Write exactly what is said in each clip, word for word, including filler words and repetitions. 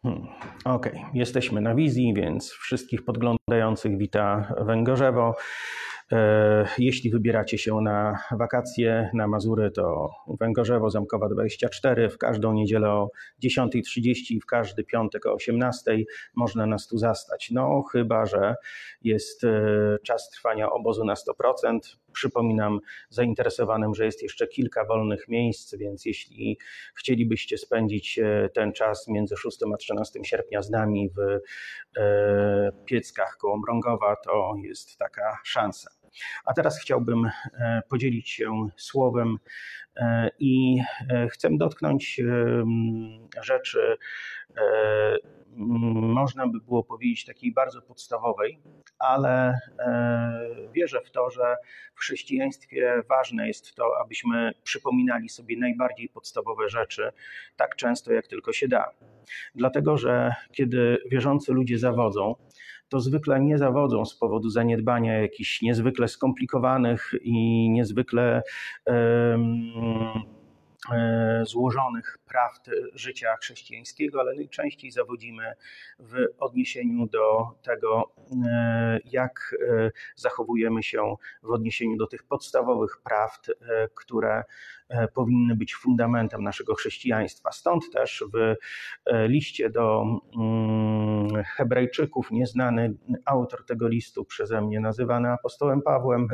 Hmm. Okej, okay. Jesteśmy na wizji, więc wszystkich podglądających wita Węgorzewo. Jeśli wybieracie się na wakacje na Mazury, to Węgorzewo, Zamkowa dwadzieścia cztery, w każdą niedzielę o dziesiąta trzydzieści, w każdy piątek o osiemnasta można nas tu zastać. No chyba że jest czas trwania obozu na sto procent. Przypominam zainteresowanym, że jest jeszcze kilka wolnych miejsc, więc jeśli chcielibyście spędzić ten czas między szóstym a trzynastym sierpnia z nami w Pieckach koło Mrągowa, to jest taka szansa. A teraz chciałbym podzielić się słowem i chcę dotknąć rzeczy, można by było powiedzieć takiej bardzo podstawowej, ale wierzę w to, że w chrześcijaństwie ważne jest to, abyśmy przypominali sobie najbardziej podstawowe rzeczy tak często, jak tylko się da. Dlatego, że kiedy wierzący ludzie zawodzą, to zwykle nie zawodzą z powodu zaniedbania jakichś niezwykle skomplikowanych i niezwykle um, złożonych prawd życia chrześcijańskiego, ale najczęściej zawodzimy w odniesieniu do tego, jak zachowujemy się w odniesieniu do tych podstawowych prawd, które powinny być fundamentem naszego chrześcijaństwa. Stąd też w liście do Hebrajczyków nieznany autor tego listu, przeze mnie nazywany apostołem Pawłem,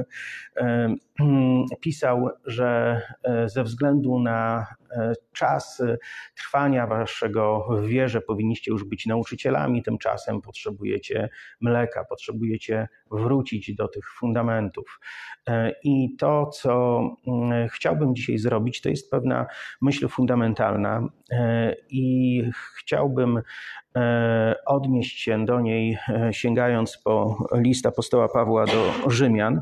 pisał, że ze względu na czas trwania waszego w wierze powinniście już być nauczycielami, tymczasem potrzebujecie mleka, potrzebujecie wrócić do tych fundamentów. I to, co chciałbym dzisiaj zrobić, to jest pewna myśl fundamentalna i chciałbym odnieść się do niej, sięgając po list apostoła Pawła do Rzymian.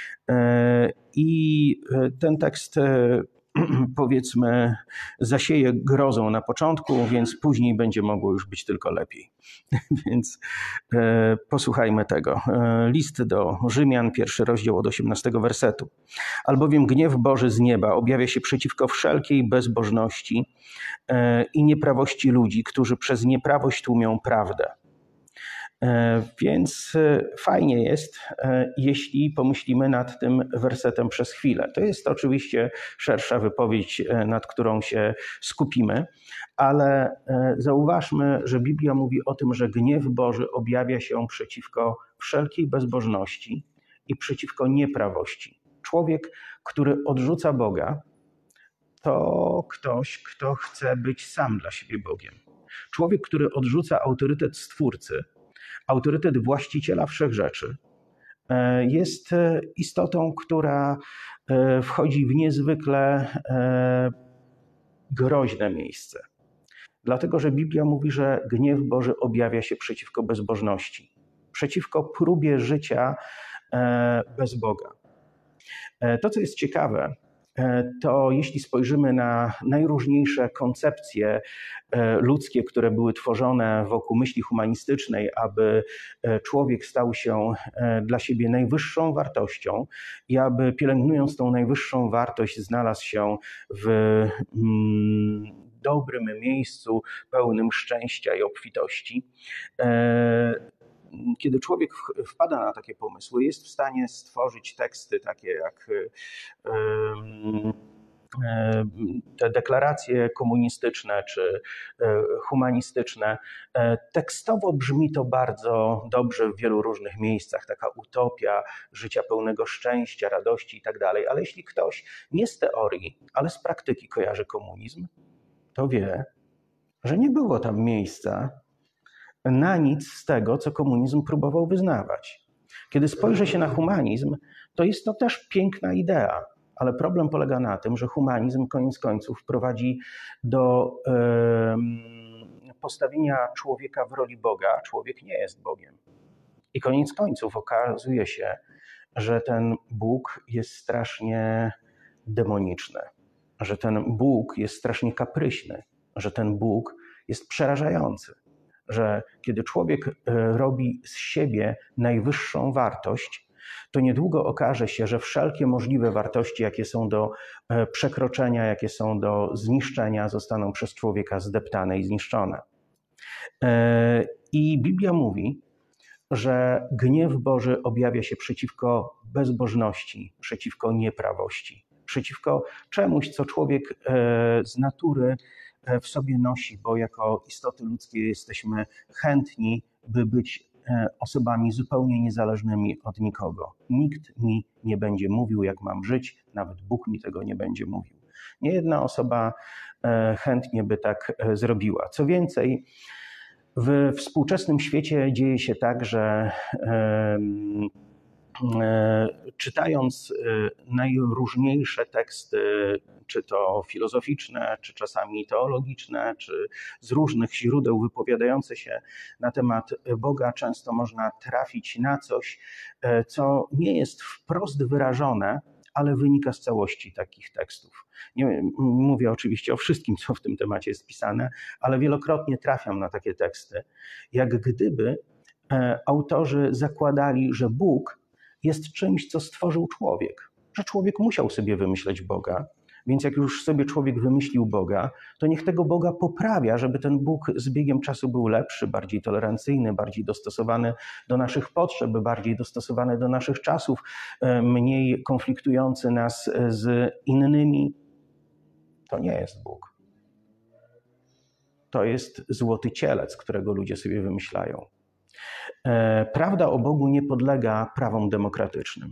I ten tekst, powiedzmy, zasieje grozą na początku, więc później będzie mogło już być tylko lepiej. Więc posłuchajmy tego. List do Rzymian, pierwszy rozdział od osiemnastego wersetu. Albowiem gniew Boży z nieba objawia się przeciwko wszelkiej bezbożności i nieprawości ludzi, którzy przez nieprawość tłumią prawdę. Więc fajnie jest, jeśli pomyślimy nad tym wersetem przez chwilę. To jest oczywiście szersza wypowiedź, nad którą się skupimy, ale zauważmy, że Biblia mówi o tym, że gniew Boży objawia się przeciwko wszelkiej bezbożności i przeciwko nieprawości. Człowiek, który odrzuca Boga, to ktoś, kto chce być sam dla siebie Bogiem. Człowiek, który odrzuca autorytet Stwórcy, autorytet właściciela wszechrzeczy, jest istotą, która wchodzi w niezwykle groźne miejsce. Dlatego, że Biblia mówi, że gniew Boży objawia się przeciwko bezbożności, przeciwko próbie życia bez Boga. To, co jest ciekawe, to jeśli spojrzymy na najróżniejsze koncepcje ludzkie, które były tworzone wokół myśli humanistycznej, aby człowiek stał się dla siebie najwyższą wartością i aby pielęgnując tą najwyższą wartość znalazł się w dobrym miejscu, pełnym szczęścia i obfitości. Kiedy człowiek wpada na takie pomysły, jest w stanie stworzyć teksty takie jak te deklaracje komunistyczne czy humanistyczne. Tekstowo brzmi to bardzo dobrze w wielu różnych miejscach, taka utopia życia pełnego szczęścia, radości i tak dalej, ale jeśli ktoś nie z teorii, ale z praktyki kojarzy komunizm, to wie, że nie było tam miejsca na nic z tego, co komunizm próbował wyznawać. Kiedy spojrzy się na humanizm, to jest to też piękna idea, ale problem polega na tym, że humanizm koniec końców prowadzi do yy, postawienia człowieka w roli Boga. Człowiek nie jest Bogiem. I koniec końców okazuje się, że ten Bóg jest strasznie demoniczny, że ten Bóg jest strasznie kapryśny, że ten Bóg jest przerażający. Że kiedy człowiek robi z siebie najwyższą wartość, to niedługo okaże się, że wszelkie możliwe wartości, jakie są do przekroczenia, jakie są do zniszczenia, zostaną przez człowieka zdeptane i zniszczone. I Biblia mówi, że gniew Boży objawia się przeciwko bezbożności, przeciwko nieprawości, przeciwko czemuś, co człowiek z natury w sobie nosi, bo jako istoty ludzkie jesteśmy chętni, by być osobami zupełnie niezależnymi od nikogo. Nikt mi nie będzie mówił, jak mam żyć, nawet Bóg mi tego nie będzie mówił. Nie jedna osoba chętnie by tak zrobiła. Co więcej, w współczesnym świecie dzieje się tak, że czytając najróżniejsze teksty, czy to filozoficzne, czy czasami teologiczne, czy z różnych źródeł wypowiadające się na temat Boga, często można trafić na coś, co nie jest wprost wyrażone, ale wynika z całości takich tekstów. Nie mówię oczywiście o wszystkim, co w tym temacie jest pisane, ale wielokrotnie trafiam na takie teksty, jak gdyby autorzy zakładali, że Bóg jest czymś, co stworzył człowiek, że człowiek musiał sobie wymyśleć Boga, więc jak już sobie człowiek wymyślił Boga, to niech tego Boga poprawia, żeby ten Bóg z biegiem czasu był lepszy, bardziej tolerancyjny, bardziej dostosowany do naszych potrzeb, bardziej dostosowany do naszych czasów, mniej konfliktujący nas z innymi. To nie jest Bóg. To jest złoty cielec, którego ludzie sobie wymyślają. Prawda o Bogu nie podlega prawom demokratycznym.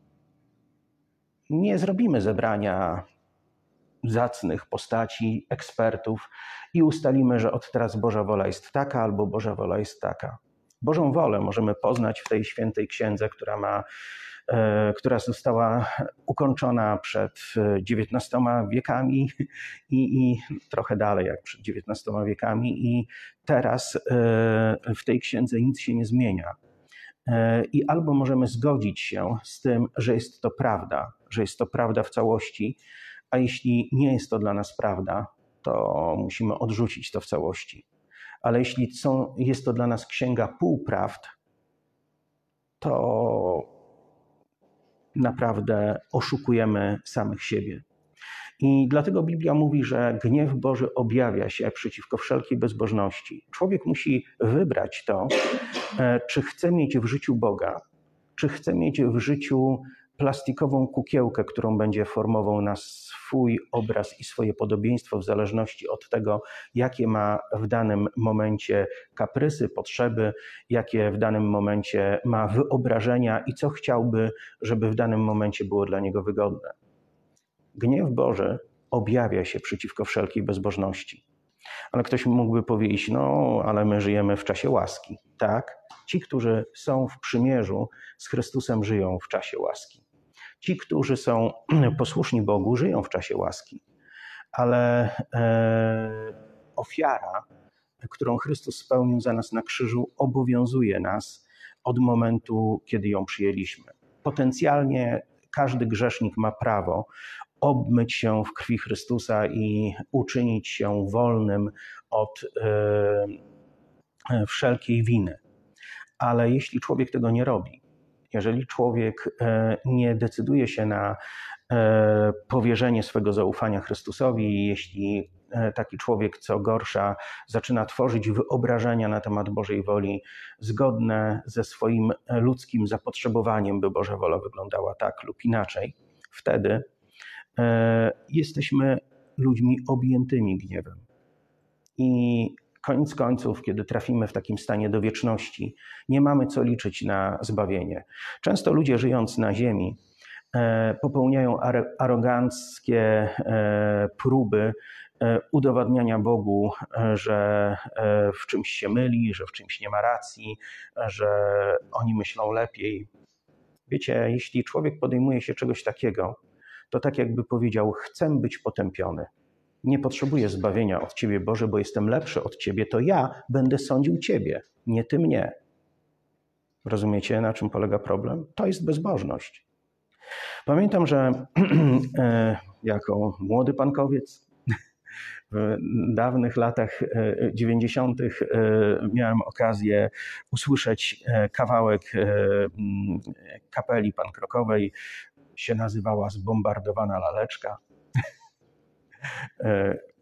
Nie zrobimy zebrania zacnych postaci, ekspertów i ustalimy, że od teraz Boża wola jest taka albo Boża wola jest taka. Bożą wolę możemy poznać w tej świętej księdze, która ma, e, która została ukończona przed dziewiętnastoma wiekami i, i trochę dalej jak przed dziewiętnastoma wiekami i teraz e, w tej księdze nic się nie zmienia. E, I albo możemy zgodzić się z tym, że jest to prawda, że jest to prawda w całości, a jeśli nie jest to dla nas prawda, to musimy odrzucić to w całości. Ale jeśli są, jest to dla nas księga półprawd, to naprawdę oszukujemy samych siebie. I dlatego Biblia mówi, że gniew Boży objawia się przeciwko wszelkiej bezbożności. Człowiek musi wybrać to, czy chce mieć w życiu Boga, czy chce mieć w życiu plastikową kukiełkę, którą będzie formował na swój obraz i swoje podobieństwo w zależności od tego, jakie ma w danym momencie kaprysy, potrzeby, jakie w danym momencie ma wyobrażenia i co chciałby, żeby w danym momencie było dla niego wygodne. Gniew Boży objawia się przeciwko wszelkiej bezbożności. Ale ktoś mógłby powiedzieć, no ale my żyjemy w czasie łaski. Tak, ci, którzy są w przymierzu z Chrystusem, żyją w czasie łaski. Ci, którzy są posłuszni Bogu, żyją w czasie łaski. Ale e, ofiara, którą Chrystus spełnił za nas na krzyżu, obowiązuje nas od momentu, kiedy ją przyjęliśmy. Potencjalnie każdy grzesznik ma prawo obmyć się w krwi Chrystusa i uczynić się wolnym od e, wszelkiej winy. Ale jeśli człowiek tego nie robi, jeżeli człowiek e, nie decyduje się na e, powierzenie swego zaufania Chrystusowi, jeśli e, taki człowiek, co gorsza, zaczyna tworzyć wyobrażenia na temat Bożej woli zgodne ze swoim ludzkim zapotrzebowaniem, by Boża wola wyglądała tak lub inaczej, wtedy jesteśmy ludźmi objętymi gniewem. I koniec końców, kiedy trafimy w takim stanie do wieczności, nie mamy co liczyć na zbawienie. Często ludzie żyjąc na ziemi popełniają aroganckie próby udowadniania Bogu, że w czymś się myli, że w czymś nie ma racji, że oni myślą lepiej. Wiecie, jeśli człowiek podejmuje się czegoś takiego, to tak jakby powiedział, chcę być potępiony. Nie potrzebuję zbawienia od Ciebie, Boże, bo jestem lepszy od Ciebie, to ja będę sądził Ciebie, nie Ty mnie. Rozumiecie, na czym polega problem? To jest bezbożność. Pamiętam, że jako młody pankowiec w dawnych latach dziewięćdziesiątych miałem okazję usłyszeć kawałek kapeli pankrokowej, się nazywała Zbombardowana laleczka.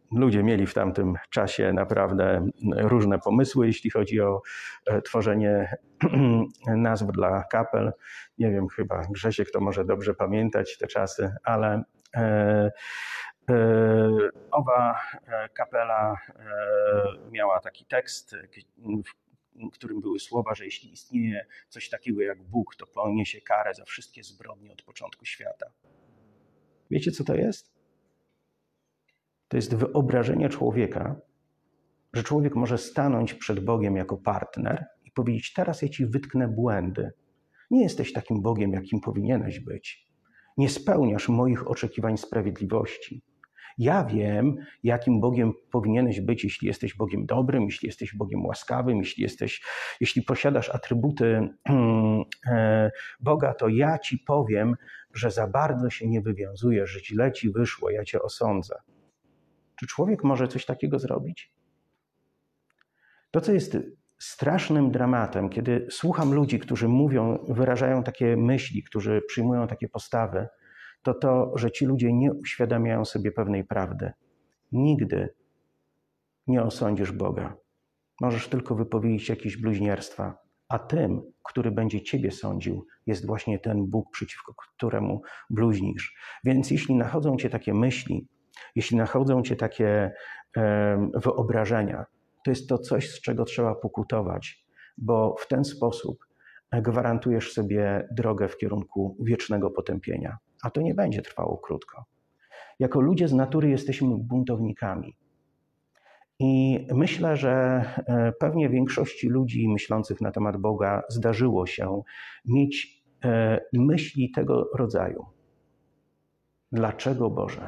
ludzie mieli w tamtym czasie naprawdę różne pomysły, jeśli chodzi o tworzenie nazw dla kapel. Nie wiem, chyba Grzesiek to może dobrze pamiętać te czasy, ale e, e, owa kapela e, miała taki tekst, w którym były słowa, że jeśli istnieje coś takiego jak Bóg, to poniesie karę za wszystkie zbrodnie od początku świata. Wiecie, co to jest? To jest wyobrażenie człowieka, że człowiek może stanąć przed Bogiem jako partner i powiedzieć: teraz ja ci wytknę błędy. Nie jesteś takim Bogiem, jakim powinieneś być. Nie spełniasz moich oczekiwań sprawiedliwości. Ja wiem, jakim Bogiem powinieneś być, jeśli jesteś Bogiem dobrym, jeśli jesteś Bogiem łaskawym, jeśli, jesteś, jeśli posiadasz atrybuty Boga, to ja ci powiem, że za bardzo się nie wywiązujesz, że źle ci wyszło, ja cię osądzę. Czy człowiek może coś takiego zrobić? To, co jest strasznym dramatem, kiedy słucham ludzi, którzy mówią, wyrażają takie myśli, którzy przyjmują takie postawy, to to, że ci ludzie nie uświadamiają sobie pewnej prawdy. Nigdy nie osądzisz Boga. Możesz tylko wypowiedzieć jakieś bluźnierstwa, a tym, który będzie ciebie sądził, jest właśnie ten Bóg, przeciwko któremu bluźnisz. Więc jeśli nachodzą cię takie myśli, jeśli nachodzą cię takie e, wyobrażenia, to jest to coś, z czego trzeba pokutować, bo w ten sposób gwarantujesz sobie drogę w kierunku wiecznego potępienia. A to nie będzie trwało krótko. Jako ludzie z natury jesteśmy buntownikami. I myślę, że pewnie większości ludzi myślących na temat Boga zdarzyło się mieć myśli tego rodzaju. Dlaczego, Boże?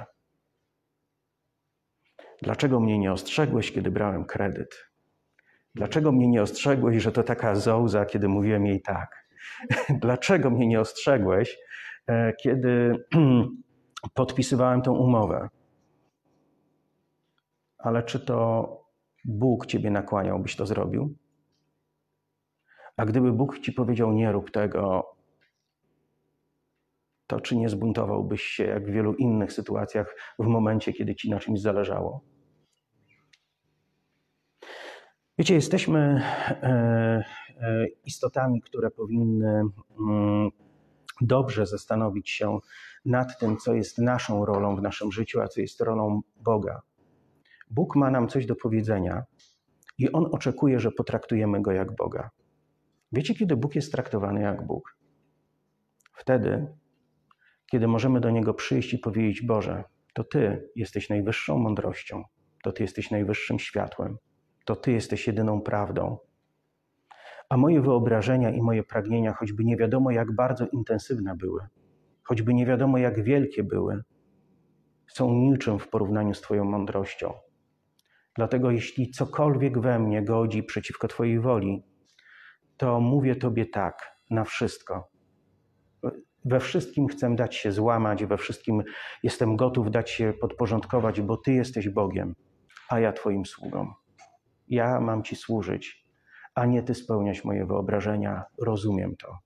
Dlaczego mnie nie ostrzegłeś, kiedy brałem kredyt? Dlaczego mnie nie ostrzegłeś, że to taka zołza, kiedy mówiłem jej tak? Dlaczego mnie nie ostrzegłeś, kiedy podpisywałem tę umowę? Ale czy to Bóg ciebie nakłaniał, byś to zrobił? A gdyby Bóg ci powiedział: nie rób tego, to czy nie zbuntowałbyś się, jak w wielu innych sytuacjach, w momencie, kiedy ci na czymś zależało? Wiecie, jesteśmy istotami, które powinny dobrze zastanowić się nad tym, co jest naszą rolą w naszym życiu, a co jest rolą Boga. Bóg ma nam coś do powiedzenia i On oczekuje, że potraktujemy Go jak Boga. Wiecie, kiedy Bóg jest traktowany jak Bóg? Wtedy, kiedy możemy do Niego przyjść i powiedzieć: Boże, to Ty jesteś najwyższą mądrością, to Ty jesteś najwyższym światłem, to Ty jesteś jedyną prawdą. A moje wyobrażenia i moje pragnienia, choćby nie wiadomo jak bardzo intensywne były, choćby nie wiadomo jak wielkie były, są niczym w porównaniu z Twoją mądrością. Dlatego jeśli cokolwiek we mnie godzi przeciwko Twojej woli, to mówię Tobie tak na wszystko. We wszystkim chcę dać się złamać, we wszystkim jestem gotów dać się podporządkować, bo Ty jesteś Bogiem, a ja Twoim sługą. Ja mam Ci służyć, a nie Ty spełniać moje wyobrażenia. Rozumiem to.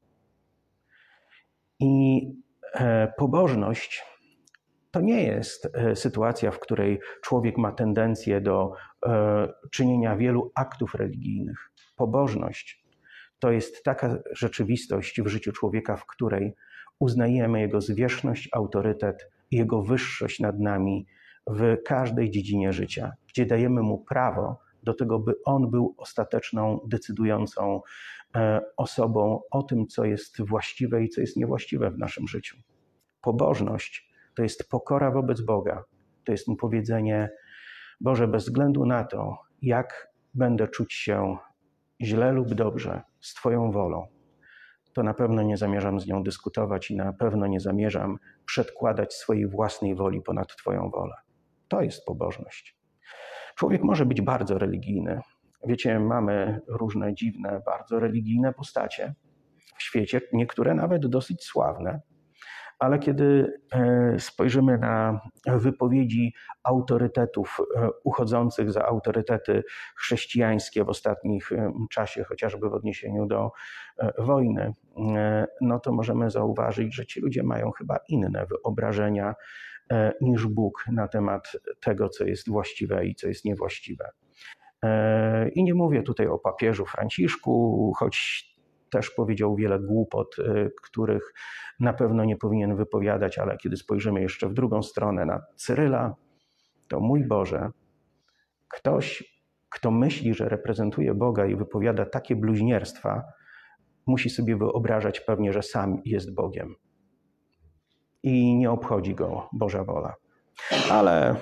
I e, pobożność to nie jest e, sytuacja, w której człowiek ma tendencję do e, czynienia wielu aktów religijnych. Pobożność to jest taka rzeczywistość w życiu człowieka, w której uznajemy jego zwierzchność, autorytet i jego wyższość nad nami w każdej dziedzinie życia, gdzie dajemy mu prawo do tego, by on był ostateczną, decydującą osobą o tym, co jest właściwe i co jest niewłaściwe w naszym życiu. Pobożność to jest pokora wobec Boga. To jest mu powiedzenie: Boże, bez względu na to, jak będę czuć się źle lub dobrze z Twoją wolą, to na pewno nie zamierzam z nią dyskutować i na pewno nie zamierzam przedkładać swojej własnej woli ponad Twoją wolę. To jest pobożność. Człowiek może być bardzo religijny. Wiecie, mamy różne dziwne, bardzo religijne postacie w świecie, niektóre nawet dosyć sławne, ale kiedy spojrzymy na wypowiedzi autorytetów uchodzących za autorytety chrześcijańskie w ostatnim czasie, chociażby w odniesieniu do wojny, no to możemy zauważyć, że ci ludzie mają chyba inne wyobrażenia niż Bóg na temat tego, co jest właściwe i co jest niewłaściwe. I nie mówię tutaj o papieżu Franciszku, choć też powiedział wiele głupot, których na pewno nie powinien wypowiadać, ale kiedy spojrzymy jeszcze w drugą stronę na Cyryla, to mój Boże, ktoś, kto myśli, że reprezentuje Boga i wypowiada takie bluźnierstwa, musi sobie wyobrażać pewnie, że sam jest Bogiem. I nie obchodzi go Boża wola. Ale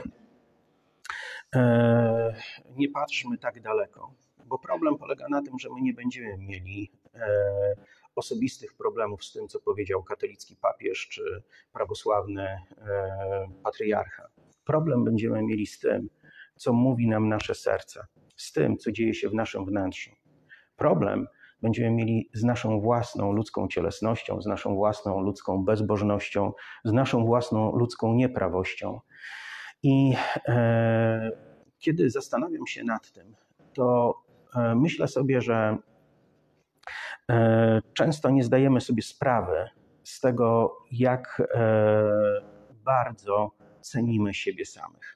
e, nie patrzmy tak daleko, bo problem polega na tym, że my nie będziemy mieli e, osobistych problemów z tym, co powiedział katolicki papież czy prawosławny e, patriarcha. Problem będziemy mieli z tym, co mówi nam nasze serce, z tym, co dzieje się w naszym wnętrzu. Problem będziemy mieli z naszą własną ludzką cielesnością, z naszą własną ludzką bezbożnością, z naszą własną ludzką nieprawością. I e, kiedy zastanawiam się nad tym, to e, myślę sobie, że e, często nie zdajemy sobie sprawy z tego, jak e, bardzo cenimy siebie samych.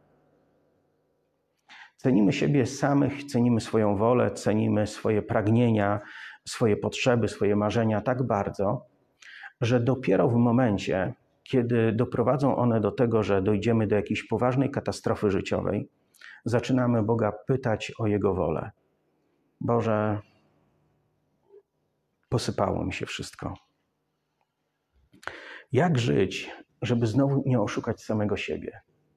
Cenimy siebie samych, cenimy swoją wolę, cenimy swoje pragnienia, swoje potrzeby, swoje marzenia tak bardzo, że dopiero w momencie, kiedy doprowadzą one do tego, że dojdziemy do jakiejś poważnej katastrofy życiowej, zaczynamy Boga pytać o Jego wolę. Boże, posypało mi się wszystko. Jak żyć, żeby znowu nie oszukać samego siebie?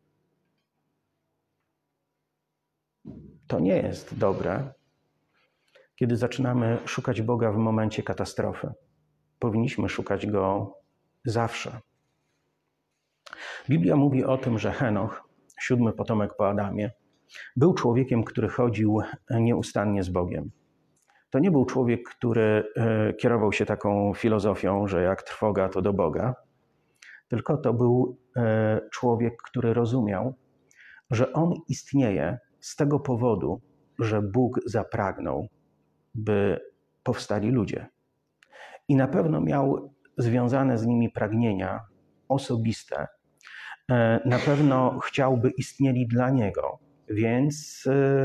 To nie jest dobre, kiedy zaczynamy szukać Boga w momencie katastrofy. Powinniśmy szukać Go zawsze. Biblia mówi o tym, że Henoch, siódmy potomek po Adamie, był człowiekiem, który chodził nieustannie z Bogiem. To nie był człowiek, który kierował się taką filozofią, że jak trwoga, to do Boga, tylko to był człowiek, który rozumiał, że on istnieje z tego powodu, że Bóg zapragnął, by powstali ludzie. I na pewno miał związane z nimi pragnienia osobiste. Na pewno chciałby istnieli dla Niego, więc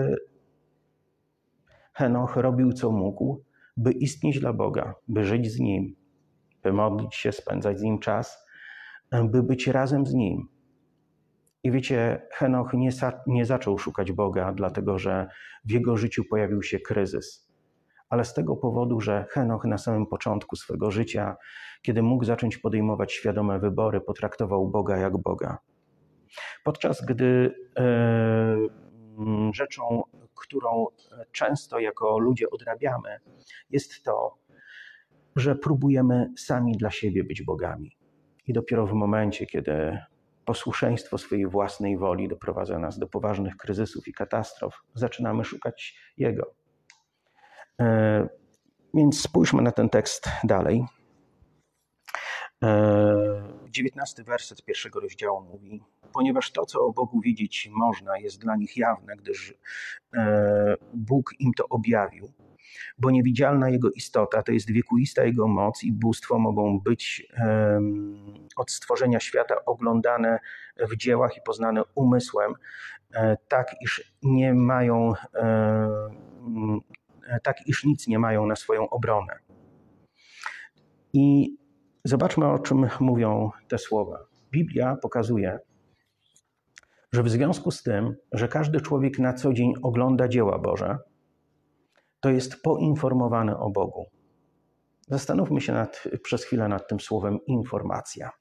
Henoch robił co mógł, by istnieć dla Boga, by żyć z Nim, by modlić się, spędzać z Nim czas, by być razem z Nim. I wiecie, Henoch nie, nie zaczął szukać Boga, dlatego że w jego życiu pojawił się kryzys. Ale z tego powodu, że Henoch na samym początku swego życia, kiedy mógł zacząć podejmować świadome wybory, potraktował Boga jak Boga. Podczas gdy e, rzeczą, którą często jako ludzie odrabiamy, jest to, że próbujemy sami dla siebie być bogami. I dopiero w momencie, kiedy posłuszeństwo swojej własnej woli doprowadza nas do poważnych kryzysów i katastrof, zaczynamy szukać Jego. E, więc spójrzmy na ten tekst dalej. E, dziewiętnasty werset pierwszego rozdziału mówi: ponieważ to, co o Bogu widzieć można, jest dla nich jawne, gdyż e, Bóg im to objawił. Bo niewidzialna Jego istota, to jest wiekuista Jego moc i bóstwo mogą być um, od stworzenia świata oglądane w dziełach i poznane umysłem, e, tak iż nie mają, e, tak iż nic nie mają na swoją obronę. I zobaczmy, o czym mówią te słowa. Biblia pokazuje, że w związku z tym, że każdy człowiek na co dzień ogląda dzieła Boże, to jest poinformowany o Bogu. Zastanówmy się nad, przez chwilę nad tym słowem informacja.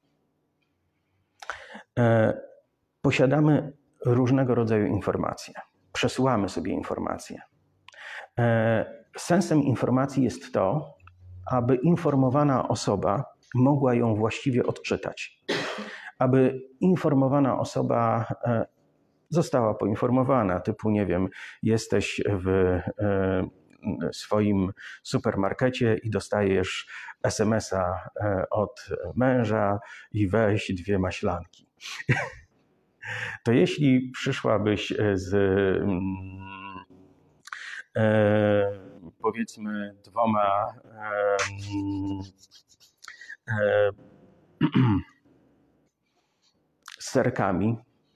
E, posiadamy różnego rodzaju informacje. Przesyłamy sobie informacje. E, sensem informacji jest to, aby informowana osoba mogła ją właściwie odczytać. Aby informowana osoba e, została poinformowana, typu, nie wiem, jesteś w e, swoim supermarkecie i dostajesz es em es a od męża i weź dwie maślanki. To jeśli przyszłabyś z e, powiedzmy dwoma e, e, serkami,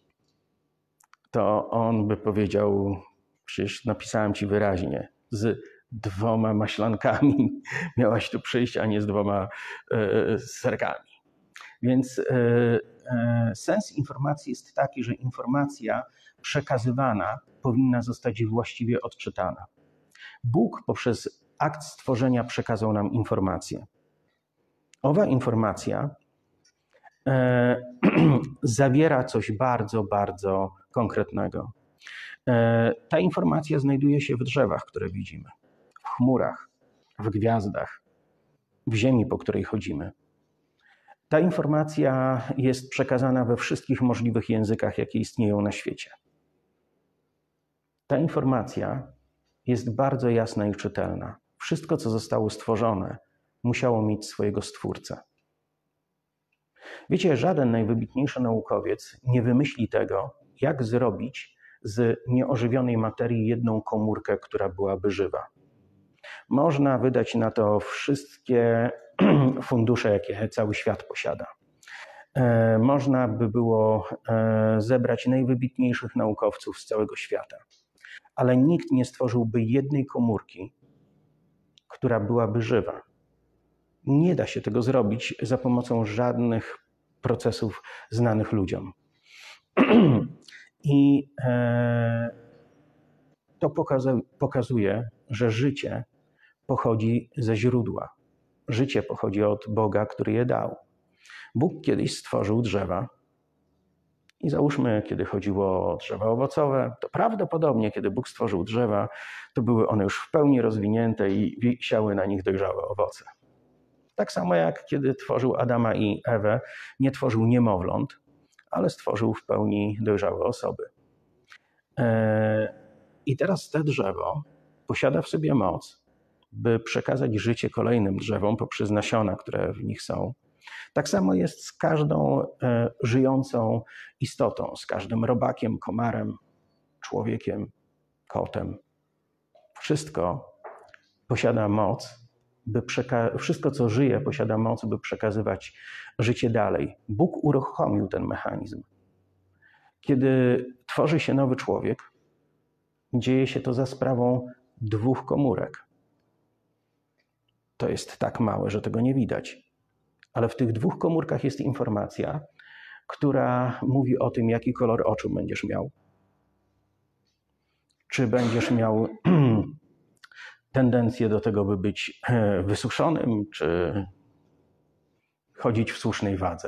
to on by powiedział, przecież napisałem ci wyraźnie, z dwoma maślankami miałaś tu przyjść, a nie z dwoma e, serkami. Więc e, e, sens informacji jest taki, że informacja przekazywana powinna zostać właściwie odczytana. Bóg poprzez akt stworzenia przekazał nam informację. Owa informacja e, zawiera coś bardzo, bardzo konkretnego. E, ta informacja znajduje się w drzewach, które widzimy, w chmurach, w gwiazdach, w ziemi, po której chodzimy. Ta informacja jest przekazana we wszystkich możliwych językach, jakie istnieją na świecie. Ta informacja jest bardzo jasna i czytelna. Wszystko, co zostało stworzone, musiało mieć swojego stwórcę. Wiecie, żaden najwybitniejszy naukowiec nie wymyśli tego, jak zrobić z nieożywionej materii jedną komórkę, która byłaby żywa. Można wydać na to wszystkie fundusze, jakie cały świat posiada. Można by było zebrać najwybitniejszych naukowców z całego świata, ale nikt nie stworzyłby jednej komórki, która byłaby żywa. Nie da się tego zrobić za pomocą żadnych procesów znanych ludziom. I to pokazuje, że życie pochodzi ze źródła. Życie pochodzi od Boga, który je dał. Bóg kiedyś stworzył drzewa i załóżmy, kiedy chodziło o drzewa owocowe, to prawdopodobnie, kiedy Bóg stworzył drzewa, to były one już w pełni rozwinięte i wisiały na nich dojrzałe owoce. Tak samo jak kiedy tworzył Adama i Ewę, nie tworzył niemowląt, ale stworzył w pełni dojrzałe osoby. I teraz to drzewo posiada w sobie moc, by przekazać życie kolejnym drzewom poprzez nasiona, które w nich są. Tak samo jest z każdą żyjącą istotą, z każdym robakiem, komarem, człowiekiem, kotem. Wszystko posiada moc, by przeka- wszystko, co żyje, posiada moc, by przekazywać życie dalej. Bóg uruchomił ten mechanizm. Kiedy tworzy się nowy człowiek, dzieje się to za sprawą dwóch komórek. To jest tak małe, że tego nie widać. Ale w tych dwóch komórkach jest informacja, która mówi o tym, jaki kolor oczu będziesz miał. Czy będziesz miał tendencję do tego, by być wysuszonym, czy chodzić w słusznej wadze.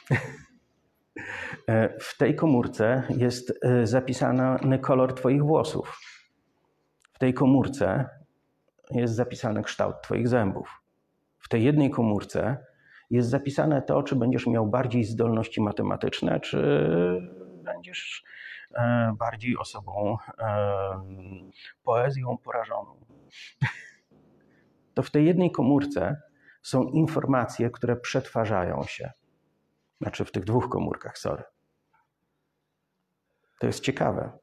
W tej komórce jest zapisany kolor twoich włosów. W tej komórce jest zapisany kształt twoich zębów. W tej jednej komórce jest zapisane to, czy będziesz miał bardziej zdolności matematyczne, czy będziesz bardziej osobą poezją porażoną. To w tej jednej komórce są informacje, które przetwarzają się. Znaczy w tych dwóch komórkach, sorry. To jest ciekawe.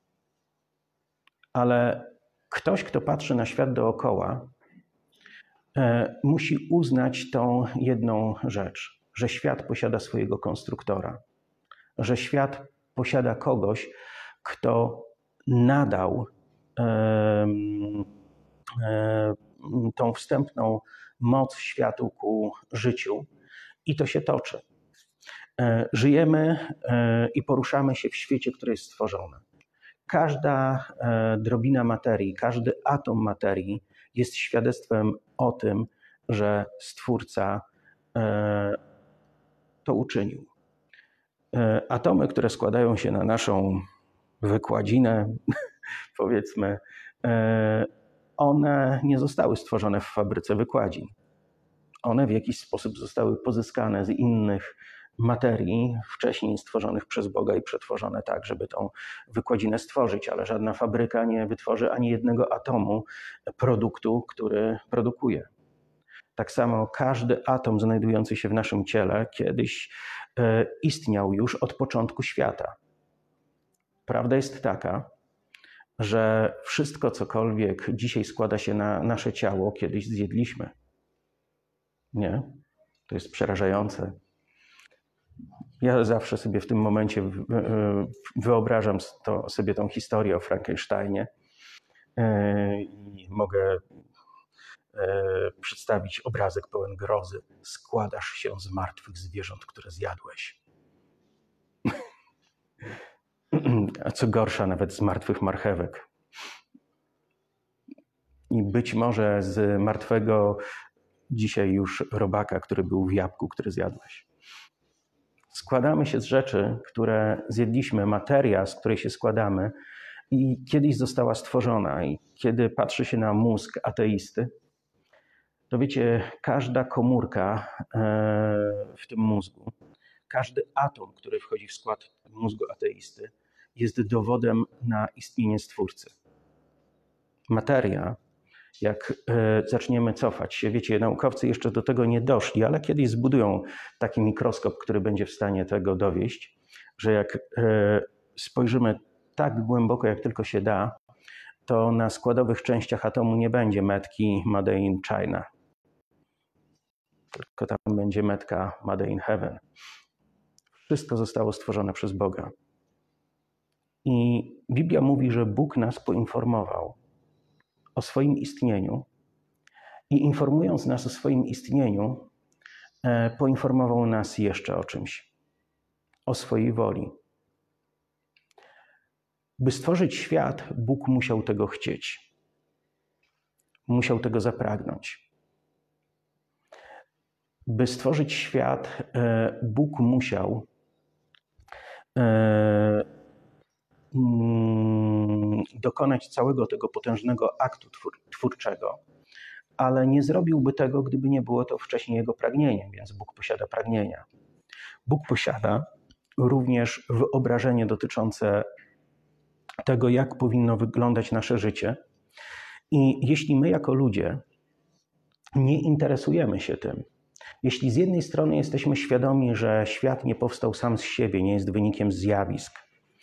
Ale ktoś, kto patrzy na świat dookoła, e, musi uznać tą jedną rzecz, że świat posiada swojego konstruktora, że świat posiada kogoś, kto nadał e, e, tą wstępną moc światu ku życiu i to się toczy. Żyjemy i poruszamy się w świecie, który jest stworzony. Każda drobina materii, każdy atom materii jest świadectwem o tym, że Stwórca to uczynił. Atomy, które składają się na naszą wykładzinę, powiedzmy, one nie zostały stworzone w fabryce wykładzin. One w jakiś sposób zostały pozyskane z innych materii wcześniej stworzonych przez Boga i przetworzone tak, żeby tą wykładzinę stworzyć, ale żadna fabryka nie wytworzy ani jednego atomu produktu, który produkuje. Tak samo każdy atom znajdujący się w naszym ciele kiedyś istniał już od początku świata. Prawda jest taka, że wszystko, cokolwiek dzisiaj składa się na nasze ciało, kiedyś zjedliśmy. Nie? To jest przerażające. Ja zawsze sobie w tym momencie wyobrażam to, sobie tą historię o Frankensteinie i mogę przedstawić obrazek pełen grozy. Składasz się z martwych zwierząt, które zjadłeś. A co gorsza, nawet z martwych marchewek. I być może z martwego dzisiaj już robaka, który był w jabłku, który zjadłeś. Składamy się z rzeczy, które zjedliśmy, materia, z której się składamy i kiedyś została stworzona. I kiedy patrzy się na mózg ateisty, to wiecie, każda komórka w tym mózgu, każdy atom, który wchodzi w skład mózgu ateisty, jest dowodem na istnienie Stwórcy. Materia, jak zaczniemy cofać się, wiecie, naukowcy jeszcze do tego nie doszli, ale kiedyś zbudują taki mikroskop, który będzie w stanie tego dowieść, że jak spojrzymy tak głęboko, jak tylko się da, to na składowych częściach atomu nie będzie metki Made in China, tylko tam będzie metka Made in Heaven. Wszystko zostało stworzone przez Boga. I Biblia mówi, że Bóg nas poinformował o swoim istnieniu i informując nas o swoim istnieniu, poinformował nas jeszcze o czymś, o swojej woli. By stworzyć świat, Bóg musiał tego chcieć. Musiał tego zapragnąć. By stworzyć świat, Bóg musiał dokonać całego tego potężnego aktu twórczego, ale nie zrobiłby tego, gdyby nie było to wcześniej Jego pragnieniem, więc Bóg posiada pragnienia. Bóg posiada również wyobrażenie dotyczące tego, jak powinno wyglądać nasze życie. I jeśli my jako ludzie nie interesujemy się tym, jeśli z jednej strony jesteśmy świadomi, że świat nie powstał sam z siebie, nie jest wynikiem zjawisk,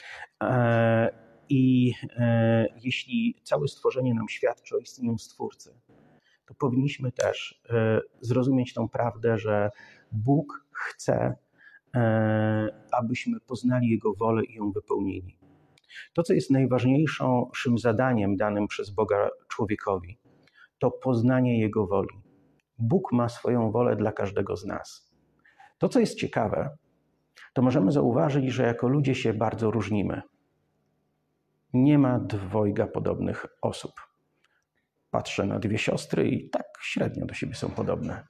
i jeśli całe stworzenie nam świadczy o istnieniu Stwórcy, to powinniśmy też zrozumieć tą prawdę, że Bóg chce, abyśmy poznali Jego wolę i ją wypełnili. To, co jest najważniejszym zadaniem danym przez Boga człowiekowi, to poznanie Jego woli. Bóg ma swoją wolę dla każdego z nas. To, co jest ciekawe, to możemy zauważyć, że jako ludzie się bardzo różnimy. Nie ma dwojga podobnych osób. Patrzę na dwie siostry i tak średnio do siebie są podobne.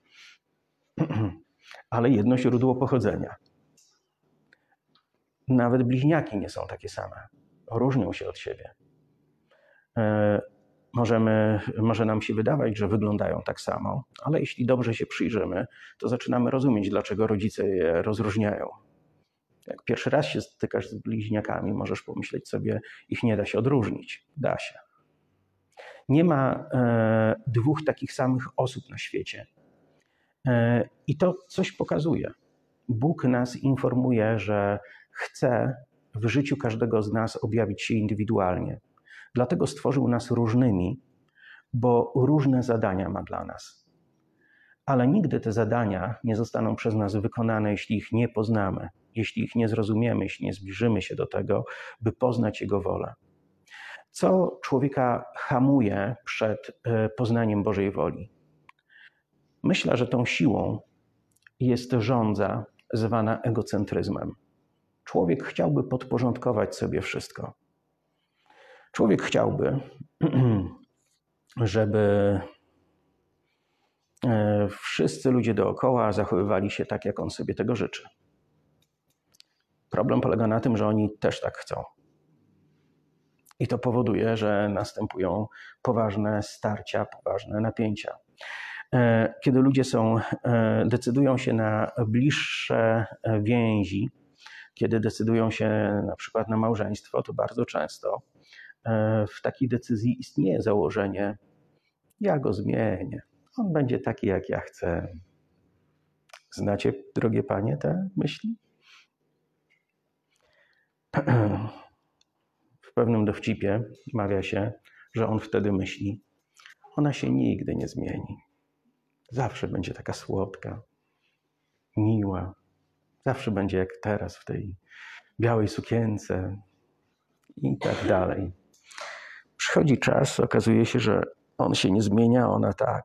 Ale jedno źródło pochodzenia. Nawet bliźniaki nie są takie same. Różnią się od siebie. Możemy, może nam się wydawać, że wyglądają tak samo, ale jeśli dobrze się przyjrzymy, to zaczynamy rozumieć, dlaczego rodzice je rozróżniają. Jak pierwszy raz się stykasz z bliźniakami, możesz pomyśleć sobie, ich nie da się odróżnić. Da się. Nie ma e, dwóch takich samych osób na świecie. E, I to coś pokazuje. Bóg nas informuje, że chce w życiu każdego z nas objawić się indywidualnie. Dlatego stworzył nas różnymi, bo różne zadania ma dla nas. Ale nigdy te zadania nie zostaną przez nas wykonane, jeśli ich nie poznamy, jeśli ich nie zrozumiemy, jeśli nie zbliżymy się do tego, by poznać Jego wolę. Co człowieka hamuje przed poznaniem Bożej woli? Myślę, że tą siłą jest żądza zwana egocentryzmem. Człowiek chciałby podporządkować sobie wszystko. Człowiek chciałby, żeby wszyscy ludzie dookoła zachowywali się tak, jak on sobie tego życzy. Problem polega na tym, że oni też tak chcą. I to powoduje, że następują poważne starcia, poważne napięcia. Kiedy ludzie są, decydują się na bliższe więzi, kiedy decydują się na przykład na małżeństwo, to bardzo często w takiej decyzji istnieje założenie: ja go zmienię, on będzie taki, jak ja chcę. Znacie, drogie panie, te myśli? W pewnym dowcipie mawia się, że on wtedy myśli: ona się nigdy nie zmieni. Zawsze będzie taka słodka, miła, Zawsze będzie jak teraz w tej białej sukience i tak dalej. Przychodzi czas, okazuje się, że on się nie zmienia, ona tak.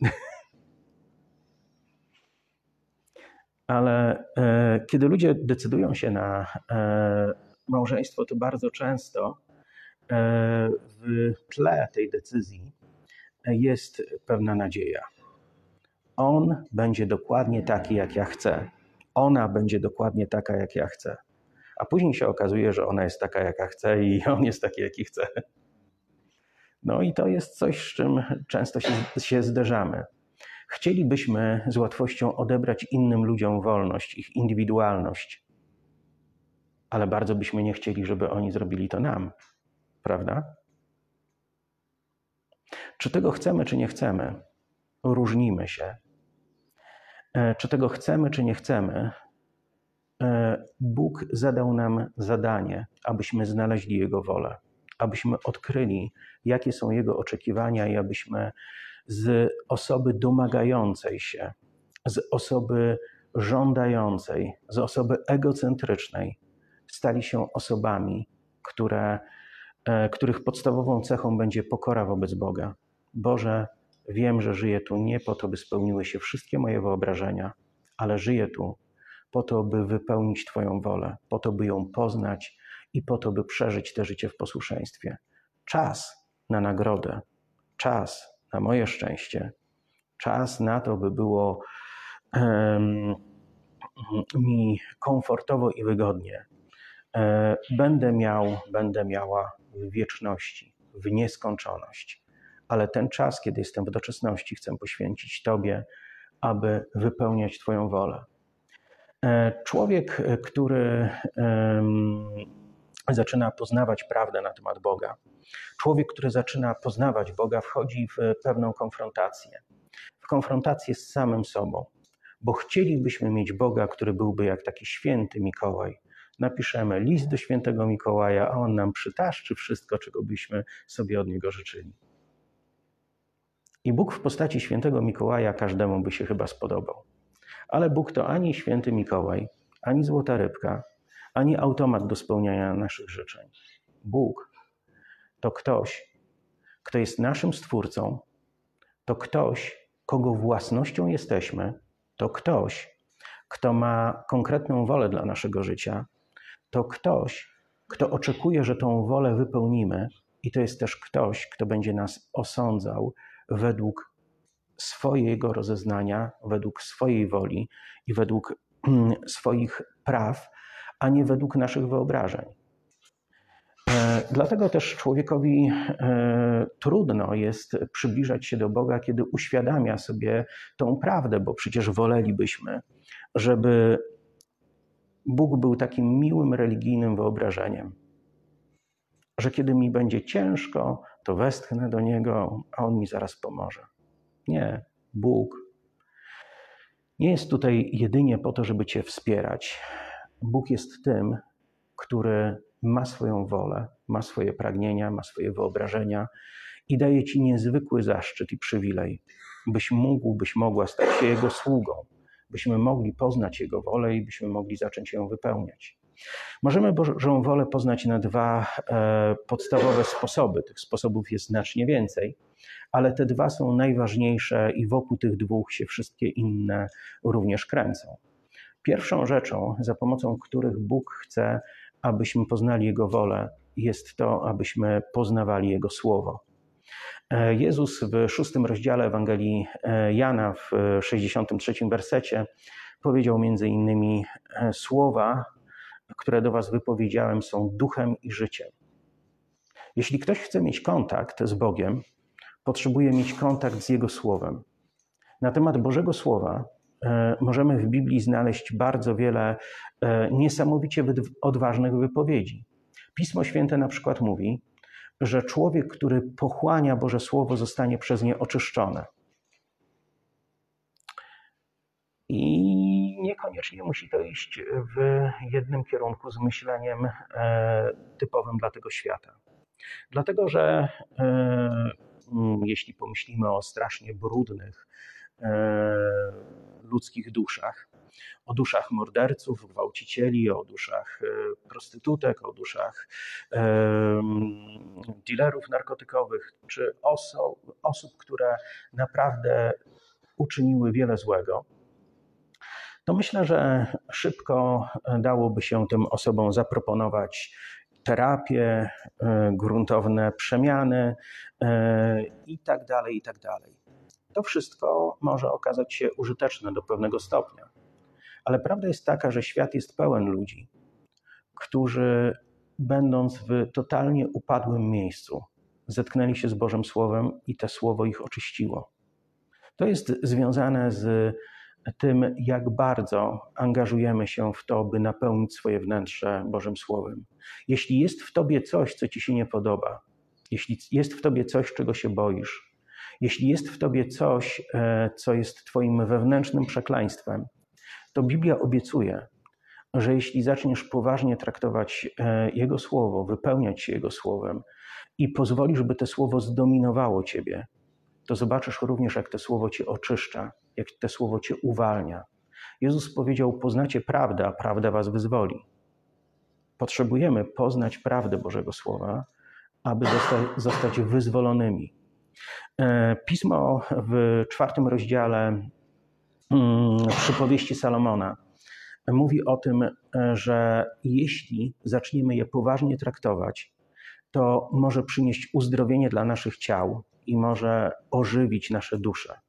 Ale e, kiedy ludzie decydują się na e, małżeństwo, to bardzo często e, w tle tej decyzji jest pewna nadzieja. On będzie dokładnie taki, jak ja chcę. Ona będzie dokładnie taka, jak ja chcę. A później się okazuje, że ona jest taka, jaka chce i on jest taki, jaki chce. No i to jest coś, z czym często się, się zderzamy. Chcielibyśmy z łatwością odebrać innym ludziom wolność, ich indywidualność, ale bardzo byśmy nie chcieli, żeby oni zrobili to nam, prawda? Czy tego chcemy, czy nie chcemy? Różnimy się. Czy tego chcemy, czy nie chcemy? Bóg zadał nam zadanie, abyśmy znaleźli Jego wolę, abyśmy odkryli, jakie są Jego oczekiwania i abyśmy z osoby domagającej się, z osoby żądającej, z osoby egocentrycznej stali się osobami, które, których podstawową cechą będzie pokora wobec Boga. Boże, wiem, że żyję tu nie po to, by spełniły się wszystkie moje wyobrażenia, ale żyję tu po to, by wypełnić Twoją wolę, po to, by ją poznać i po to, by przeżyć te życie w posłuszeństwie. Czas na nagrodę, czas na moje szczęście, czas na to, by było um, mi komfortowo i wygodnie. E, będę miał, będę miała w wieczności, w nieskończoność. Ale ten czas, kiedy jestem w doczesności, chcę poświęcić Tobie, aby wypełniać Twoją wolę. Człowiek, który zaczyna poznawać prawdę na temat Boga, człowiek, który zaczyna poznawać Boga, wchodzi w pewną konfrontację. W konfrontację z samym sobą, bo chcielibyśmy mieć Boga, który byłby jak taki święty Mikołaj. Napiszemy list do świętego Mikołaja, a on nam przytaszczy wszystko, czego byśmy sobie od niego życzyli. I Bóg w postaci świętego Mikołaja każdemu by się chyba spodobał. Ale Bóg to ani święty Mikołaj, ani złota rybka, ani automat do spełniania naszych życzeń. Bóg to ktoś, kto jest naszym Stwórcą, to ktoś, kogo własnością jesteśmy, to ktoś, kto ma konkretną wolę dla naszego życia, to ktoś, kto oczekuje, że tą wolę wypełnimy i to jest też ktoś, kto będzie nas osądzał według swojego rozeznania, według swojej woli i według swoich praw, a nie według naszych wyobrażeń. Dlatego też człowiekowi trudno jest przybliżać się do Boga, kiedy uświadamia sobie tą prawdę, bo przecież wolelibyśmy, żeby Bóg był takim miłym, religijnym wyobrażeniem, że kiedy mi będzie ciężko, to westchnę do Niego, a On mi zaraz pomoże. Nie, Bóg nie jest tutaj jedynie po to, żeby Cię wspierać. Bóg jest tym, który ma swoją wolę, ma swoje pragnienia, ma swoje wyobrażenia i daje Ci niezwykły zaszczyt i przywilej, byś mógł, byś mogła stać się Jego sługą, byśmy mogli poznać Jego wolę i byśmy mogli zacząć ją wypełniać. Możemy Bożą wolę poznać na dwa e, podstawowe sposoby. Tych sposobów jest znacznie więcej, ale te dwa są najważniejsze i wokół tych dwóch się wszystkie inne również kręcą. Pierwszą rzeczą, za pomocą których Bóg chce, abyśmy poznali Jego wolę, jest to, abyśmy poznawali Jego Słowo. Jezus w szóstym rozdziale Ewangelii Jana w sześćdziesiątym trzecim wersecie powiedział między innymi: słowa, które do was wypowiedziałem, są duchem i życiem. Jeśli ktoś chce mieć kontakt z Bogiem, potrzebuje mieć kontakt z Jego Słowem. Na temat Bożego Słowa możemy w Biblii znaleźć bardzo wiele niesamowicie odważnych wypowiedzi. Pismo Święte na przykład mówi, że człowiek, który pochłania Boże Słowo, zostanie przez nie oczyszczony. I niekoniecznie musi to iść w jednym kierunku z myśleniem typowym dla tego świata. Dlatego, że jeśli pomyślimy o strasznie brudnych ludzkich duszach, o duszach morderców, gwałcicieli, o duszach prostytutek, o duszach dealerów narkotykowych, czy oso- osób, które naprawdę uczyniły wiele złego, to myślę, że szybko dałoby się tym osobom zaproponować terapię, gruntowne przemiany i tak dalej, i tak dalej. To wszystko może okazać się użyteczne do pewnego stopnia. Ale prawda jest taka, że świat jest pełen ludzi, którzy będąc w totalnie upadłym miejscu, zetknęli się z Bożym Słowem i to Słowo ich oczyściło. To jest związane z tym, jak bardzo angażujemy się w to, by napełnić swoje wnętrze Bożym Słowem. Jeśli jest w tobie coś, co ci się nie podoba, jeśli jest w tobie coś, czego się boisz, jeśli jest w tobie coś, co jest twoim wewnętrznym przekleństwem, to Biblia obiecuje, że jeśli zaczniesz poważnie traktować Jego Słowo, wypełniać się Jego Słowem i pozwolisz, by to Słowo zdominowało ciebie, to zobaczysz również, jak to Słowo cię oczyszcza, jak to Słowo cię uwalnia. Jezus powiedział, poznacie prawdę, a prawda was wyzwoli. Potrzebujemy poznać prawdę Bożego Słowa, aby zostać, zostać wyzwolonymi. Pismo w czwartym rozdziale Przypowieści Salomona mówi o tym, że jeśli zaczniemy je poważnie traktować, to może przynieść uzdrowienie dla naszych ciał i może ożywić nasze dusze.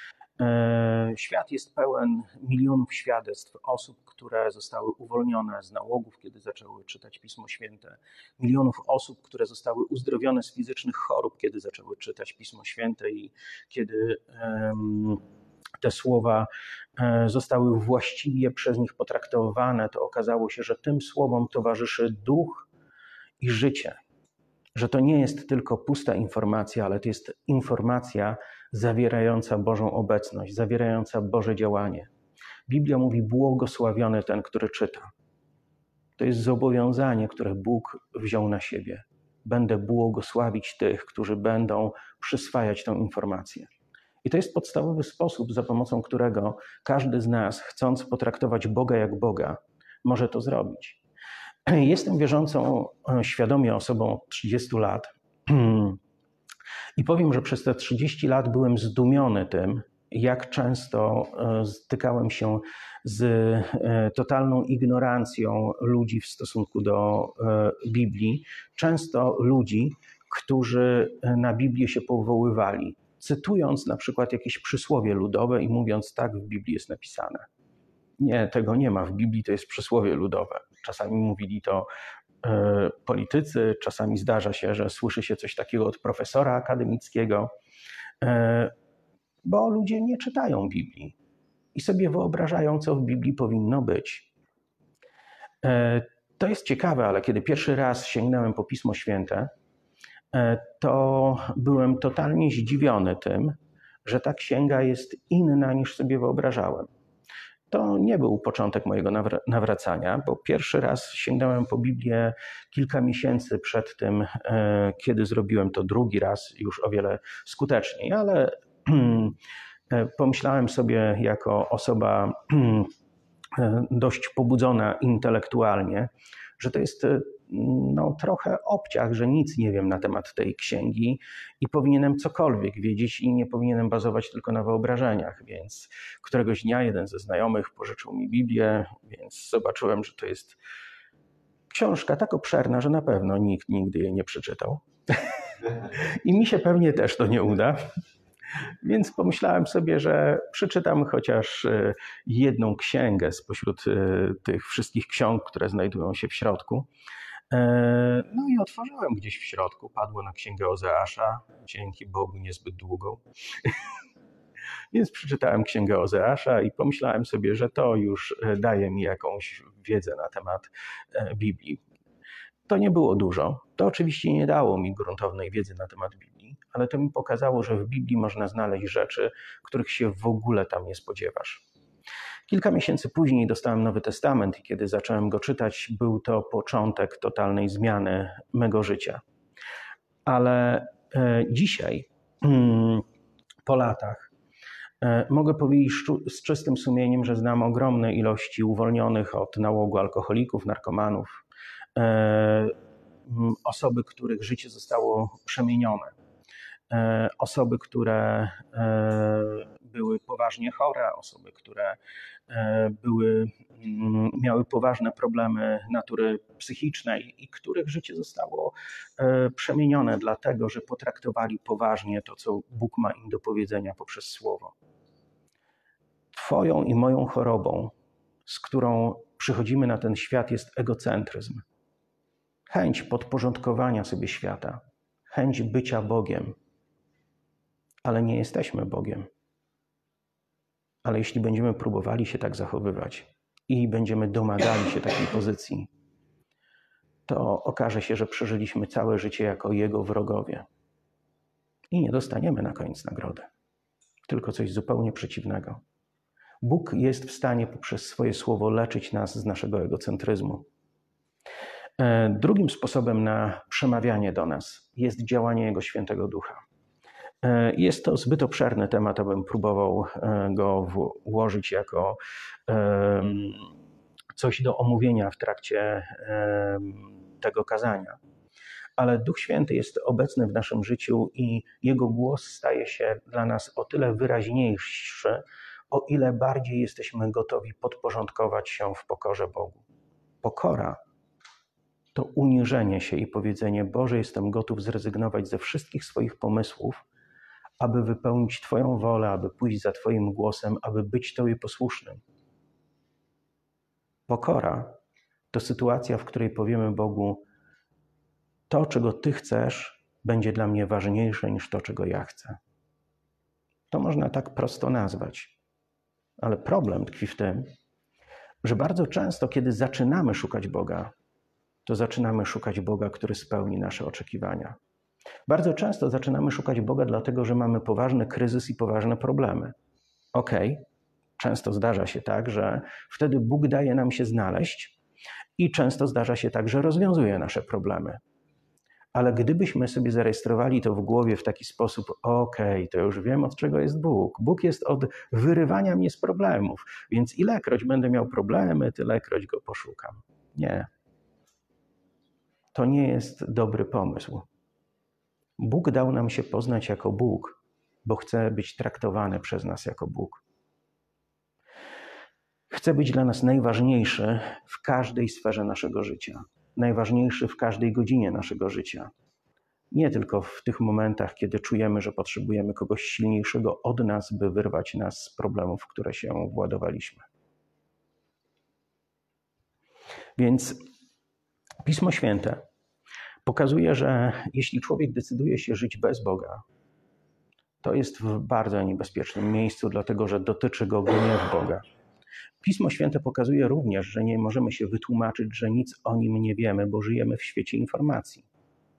Świat jest pełen milionów świadectw osób, które zostały uwolnione z nałogów, kiedy zaczęły czytać Pismo Święte. Milionów osób, które zostały uzdrowione z fizycznych chorób, kiedy zaczęły czytać Pismo Święte i kiedy um, te słowa zostały właściwie przez nich potraktowane, to okazało się, że tym słowom towarzyszy duch i życie. Że to nie jest tylko pusta informacja, ale to jest informacja zawierająca Bożą obecność, zawierająca Boże działanie. Biblia mówi, błogosławiony ten, który czyta. To jest zobowiązanie, które Bóg wziął na siebie. Będę błogosławić tych, którzy będą przyswajać tę informację. I to jest podstawowy sposób, za pomocą którego każdy z nas, chcąc potraktować Boga jak Boga, może to zrobić. Jestem wierzącą świadomie osobą od trzydziestu lat i powiem, że przez te trzydzieści lat byłem zdumiony tym, jak często stykałem się z totalną ignorancją ludzi w stosunku do Biblii. Często ludzi, którzy na Biblię się powoływali, cytując na przykład jakieś przysłowie ludowe i mówiąc, tak w Biblii jest napisane. Nie, tego nie ma w Biblii, to jest przysłowie ludowe. Czasami mówili to y, politycy, czasami zdarza się, że słyszy się coś takiego od profesora akademickiego, y, bo ludzie nie czytają Biblii i sobie wyobrażają, co w Biblii powinno być. Y, to jest ciekawe, ale kiedy pierwszy raz sięgnąłem po Pismo Święte, y, to byłem totalnie zdziwiony tym, że ta księga jest inna niż sobie wyobrażałem. To nie był początek mojego nawracania, bo pierwszy raz sięgnąłem po Biblię kilka miesięcy przed tym, kiedy zrobiłem to drugi raz, już o wiele skuteczniej, ale pomyślałem sobie jako osoba dość pobudzona intelektualnie, że to jest no, trochę obciach, że nic nie wiem na temat tej księgi i powinienem cokolwiek wiedzieć i nie powinienem bazować tylko na wyobrażeniach, więc któregoś dnia jeden ze znajomych pożyczył mi Biblię, więc zobaczyłem, że to jest książka tak obszerna, że na pewno nikt nigdy jej nie przeczytał i mi się pewnie też to nie uda. Więc pomyślałem sobie, że przeczytam chociaż jedną księgę spośród tych wszystkich ksiąg, które znajdują się w środku. No i otworzyłem gdzieś w środku, padło na księgę Ozeasza, dzięki Bogu niezbyt długą. Więc przeczytałem księgę Ozeasza i pomyślałem sobie, że to już daje mi jakąś wiedzę na temat Biblii. To nie było dużo. To oczywiście nie dało mi gruntownej wiedzy na temat Biblii, ale to mi pokazało, że w Biblii można znaleźć rzeczy, których się w ogóle tam nie spodziewasz. Kilka miesięcy później dostałem Nowy Testament i kiedy zacząłem go czytać, był to początek totalnej zmiany mego życia. Ale dzisiaj, po latach, Mogę powiedzieć z czystym sumieniem, że znam ogromne ilości uwolnionych od nałogu alkoholików, narkomanów, osoby, których życie zostało przemienione, osoby, które były poważnie chore, osoby, które były, miały poważne problemy natury psychicznej i których życie zostało przemienione dlatego, że potraktowali poważnie to, co Bóg ma im do powiedzenia poprzez Słowo. Twoją i moją chorobą, z którą przychodzimy na ten świat, jest egocentryzm. Chęć podporządkowania sobie świata, chęć bycia Bogiem. Ale nie jesteśmy Bogiem. Ale jeśli będziemy próbowali się tak zachowywać i będziemy domagali się takiej pozycji, to okaże się, że przeżyliśmy całe życie jako Jego wrogowie. I nie dostaniemy na koniec nagrody. Tylko coś zupełnie przeciwnego. Bóg jest w stanie poprzez swoje słowo leczyć nas z naszego egocentryzmu. Drugim sposobem na przemawianie do nas jest działanie Jego Świętego Ducha. Jest to zbyt obszerny temat, abym próbował go włożyć jako coś do omówienia w trakcie tego kazania. Ale Duch Święty jest obecny w naszym życiu i Jego głos staje się dla nas o tyle wyraźniejszy, o ile bardziej jesteśmy gotowi podporządkować się w pokorze Bogu. Pokora to uniżenie się i powiedzenie: Boże, jestem gotów zrezygnować ze wszystkich swoich pomysłów, aby wypełnić Twoją wolę, aby pójść za Twoim głosem, aby być Tobie posłusznym. Pokora to sytuacja, w której powiemy Bogu: to, czego Ty chcesz, będzie dla mnie ważniejsze niż to, czego ja chcę. To można tak prosto nazwać. Ale problem tkwi w tym, że bardzo często, kiedy zaczynamy szukać Boga, to zaczynamy szukać Boga, który spełni nasze oczekiwania. Bardzo często zaczynamy szukać Boga dlatego, że mamy poważny kryzys i poważne problemy. Okej, okay. Często zdarza się tak, że wtedy Bóg daje nam się znaleźć i często zdarza się tak, że rozwiązuje nasze problemy. Ale gdybyśmy sobie zarejestrowali to w głowie w taki sposób: okej, okay, to już wiem, od czego jest Bóg. Bóg jest od wyrywania mnie z problemów, więc ilekroć będę miał problemy, tylekroć Go poszukam. Nie. To nie jest dobry pomysł. Bóg dał nam się poznać jako Bóg, bo chce być traktowany przez nas jako Bóg. Chce być dla nas najważniejszy w każdej sferze naszego życia. Najważniejszy w każdej godzinie naszego życia. Nie tylko w tych momentach, kiedy czujemy, że potrzebujemy kogoś silniejszego od nas, by wyrwać nas z problemów, w które się władowaliśmy. Więc Pismo Święte pokazuje, że jeśli człowiek decyduje się żyć bez Boga, to jest w bardzo niebezpiecznym miejscu, dlatego że dotyczy go gniew Boga. Pismo Święte pokazuje również, że nie możemy się wytłumaczyć, że nic o Nim nie wiemy, bo żyjemy w świecie informacji.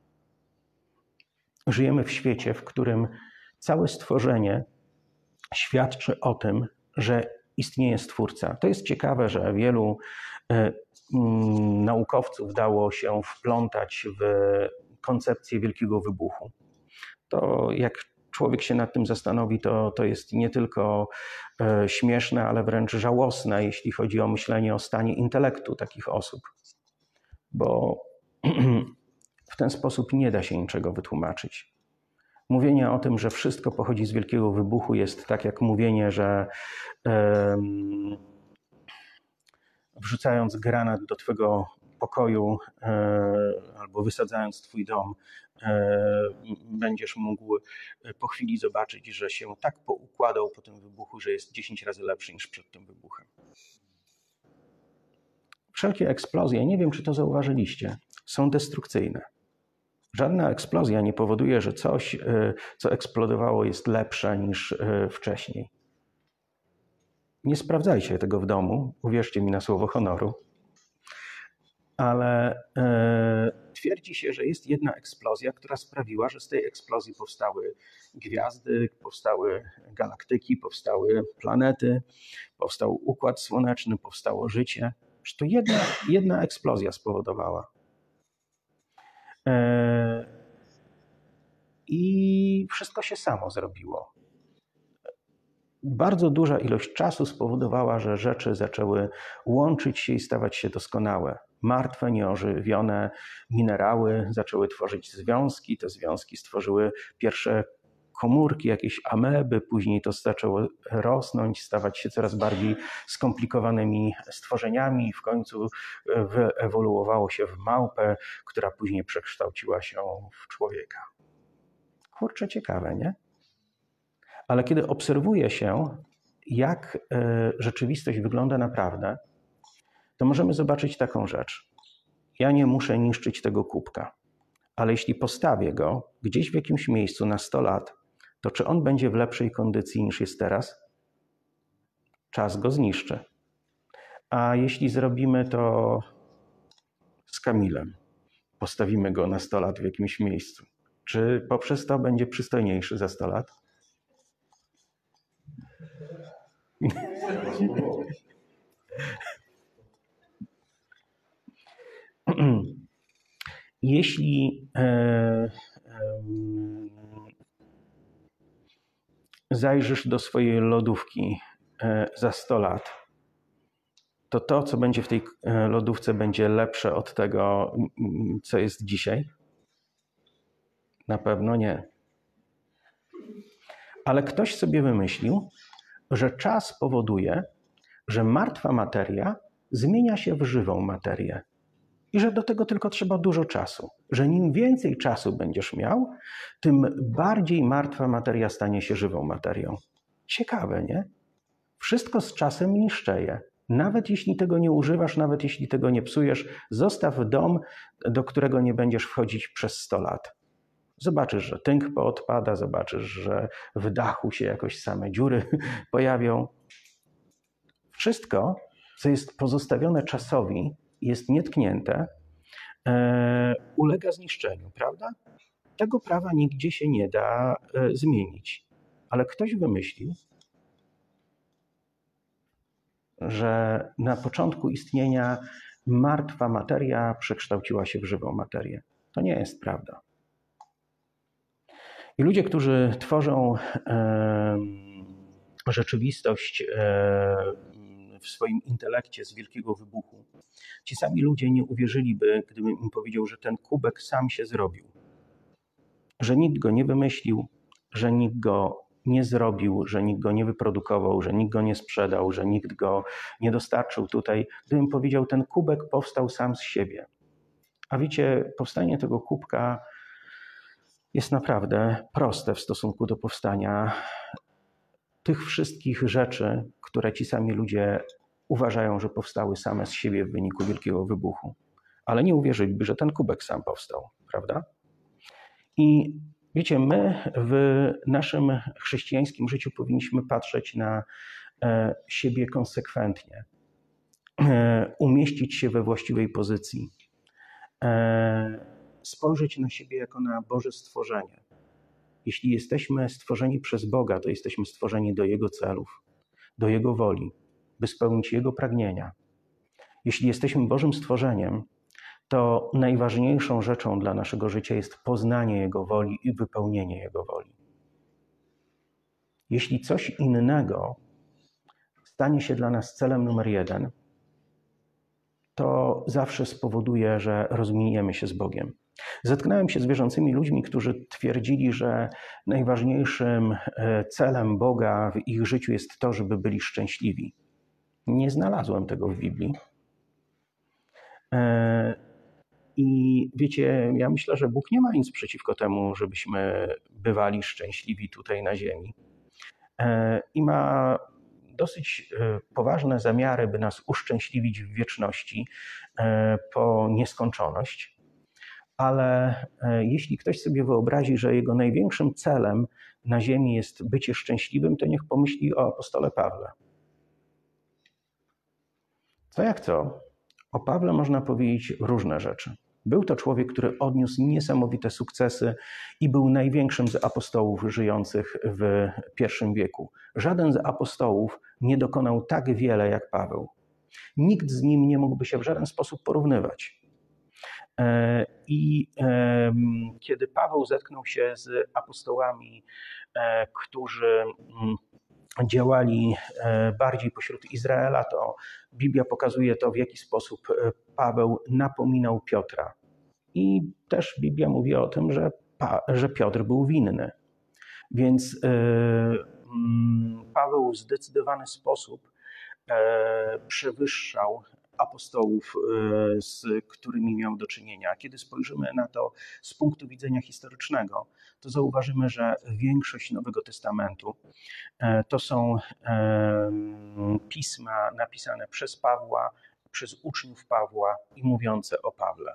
Żyjemy w świecie, w którym całe stworzenie świadczy o tym, że istnieje Stwórca. To jest ciekawe, że wielu y, y, naukowców dało się wplątać w koncepcję Wielkiego Wybuchu. To jak człowiek się nad tym zastanowi, to, to jest nie tylko y, śmieszne, ale wręcz żałosne, jeśli chodzi o myślenie o stanie intelektu takich osób. Bo w ten sposób nie da się niczego wytłumaczyć. Mówienie o tym, że wszystko pochodzi z Wielkiego Wybuchu, jest tak jak mówienie, że um, wrzucając granat do twego pokoju um, albo wysadzając twój dom, um, będziesz mógł po chwili zobaczyć, że się tak poukładał po tym wybuchu, że jest dziesięć razy lepszy niż przed tym wybuchem. Wszelkie eksplozje, nie wiem, czy to zauważyliście, są destrukcyjne. Żadna eksplozja nie powoduje, że coś, co eksplodowało, jest lepsze niż wcześniej. Nie sprawdzajcie tego w domu, uwierzcie mi na słowo honoru, ale e, twierdzi się, że jest jedna eksplozja, która sprawiła, że z tej eksplozji powstały gwiazdy, powstały galaktyki, powstały planety, powstał Układ Słoneczny, powstało życie. Że to jedna, jedna eksplozja spowodowała. I wszystko się samo zrobiło. bardzo duża ilość czasu spowodowała, że rzeczy zaczęły łączyć się i stawać się doskonałe. Martwe, nieożywione minerały zaczęły tworzyć związki, te związki stworzyły pierwsze komórki, jakieś ameby, później to zaczęło rosnąć, stawać się coraz bardziej skomplikowanymi stworzeniami i w końcu wyewoluowało się w małpę, która później przekształciła się w człowieka. Kurczę, ciekawe, nie? Ale kiedy obserwuje się, jak rzeczywistość wygląda naprawdę, to możemy zobaczyć taką rzecz. Ja nie muszę niszczyć tego kubka, ale jeśli postawię go gdzieś w jakimś miejscu na sto lat, to czy on będzie w lepszej kondycji niż jest teraz? Czas go zniszczy. A jeśli zrobimy to z Kamilem, postawimy go na sto lat w jakimś miejscu, czy poprzez to będzie przystojniejszy za sto lat? Jeśli e, e, zajrzysz do swojej lodówki e, za sto lat, to to, co będzie w tej lodówce, będzie lepsze od tego, co jest dzisiaj? Na pewno nie. Ale ktoś sobie wymyślił, że czas powoduje, że martwa materia zmienia się w żywą materię. I że do tego tylko trzeba dużo czasu. Że im więcej czasu będziesz miał, tym bardziej martwa materia stanie się żywą materią. Ciekawe, nie? Wszystko z czasem niszczeje. Nawet jeśli tego nie używasz, nawet jeśli tego nie psujesz, zostaw dom, do którego nie będziesz wchodzić przez sto lat. Zobaczysz, że tynk poodpada, zobaczysz, że w dachu się jakoś same dziury pojawią. Wszystko, co jest pozostawione czasowi, jest nietknięte, e, ulega zniszczeniu, prawda? Tego prawa nigdzie się nie da e, zmienić. Ale ktoś wymyślił, że na początku istnienia martwa materia przekształciła się w żywą materię. To nie jest prawda. I ludzie, którzy tworzą e, rzeczywistość e, w swoim intelekcie z wielkiego wybuchu, ci sami ludzie nie uwierzyliby, gdybym im powiedział, że ten kubek sam się zrobił. Że nikt go nie wymyślił, że nikt go nie zrobił, że nikt go nie wyprodukował, że nikt go nie sprzedał, że nikt go nie dostarczył tutaj. Gdybym powiedział, ten kubek powstał sam z siebie. A wiecie, powstanie tego kubka jest naprawdę proste w stosunku do powstania tych wszystkich rzeczy, które ci sami ludzie uważają, że powstały same z siebie w wyniku wielkiego wybuchu. Ale nie uwierzyliby, że ten kubek sam powstał, prawda? I wiecie, my w naszym chrześcijańskim życiu powinniśmy patrzeć na siebie konsekwentnie, umieścić się we właściwej pozycji, spojrzeć na siebie jako na Boże stworzenie. Jeśli jesteśmy stworzeni przez Boga, to jesteśmy stworzeni do Jego celów, do Jego woli, by spełnić Jego pragnienia. Jeśli jesteśmy Bożym stworzeniem, to najważniejszą rzeczą dla naszego życia jest poznanie Jego woli i wypełnienie Jego woli. Jeśli coś innego stanie się dla nas celem numer jeden, to zawsze spowoduje, że rozminiemy się z Bogiem. Zetknąłem się z wierzącymi ludźmi, którzy twierdzili, że najważniejszym celem Boga w ich życiu jest to, żeby byli szczęśliwi. Nie znalazłem tego w Biblii. I wiecie, ja myślę, że Bóg nie ma nic przeciwko temu, żebyśmy bywali szczęśliwi tutaj na ziemi. I ma dosyć poważne zamiary, by nas uszczęśliwić w wieczności po nieskończoność. Ale jeśli ktoś sobie wyobrazi, że jego największym celem na ziemi jest bycie szczęśliwym, to niech pomyśli o apostole Pawle. Co jak co, o Pawle można powiedzieć różne rzeczy. Był to człowiek, który odniósł niesamowite sukcesy i był największym z apostołów żyjących w pierwszym wieku. Żaden z apostołów nie dokonał tak wiele jak Paweł. Nikt z nim nie mógłby się w żaden sposób porównywać. I kiedy Paweł zetknął się z apostołami, którzy działali bardziej pośród Izraela, to Biblia pokazuje to, w jaki sposób Paweł napominał Piotra. I też Biblia mówi o tym, że, pa, że Piotr był winny. Więc Paweł w zdecydowany sposób przewyższał apostołów, z którymi miał do czynienia. Kiedy spojrzymy na to z punktu widzenia historycznego, to zauważymy, że większość Nowego Testamentu to są pisma napisane przez Pawła, przez uczniów Pawła i mówiące o Pawle.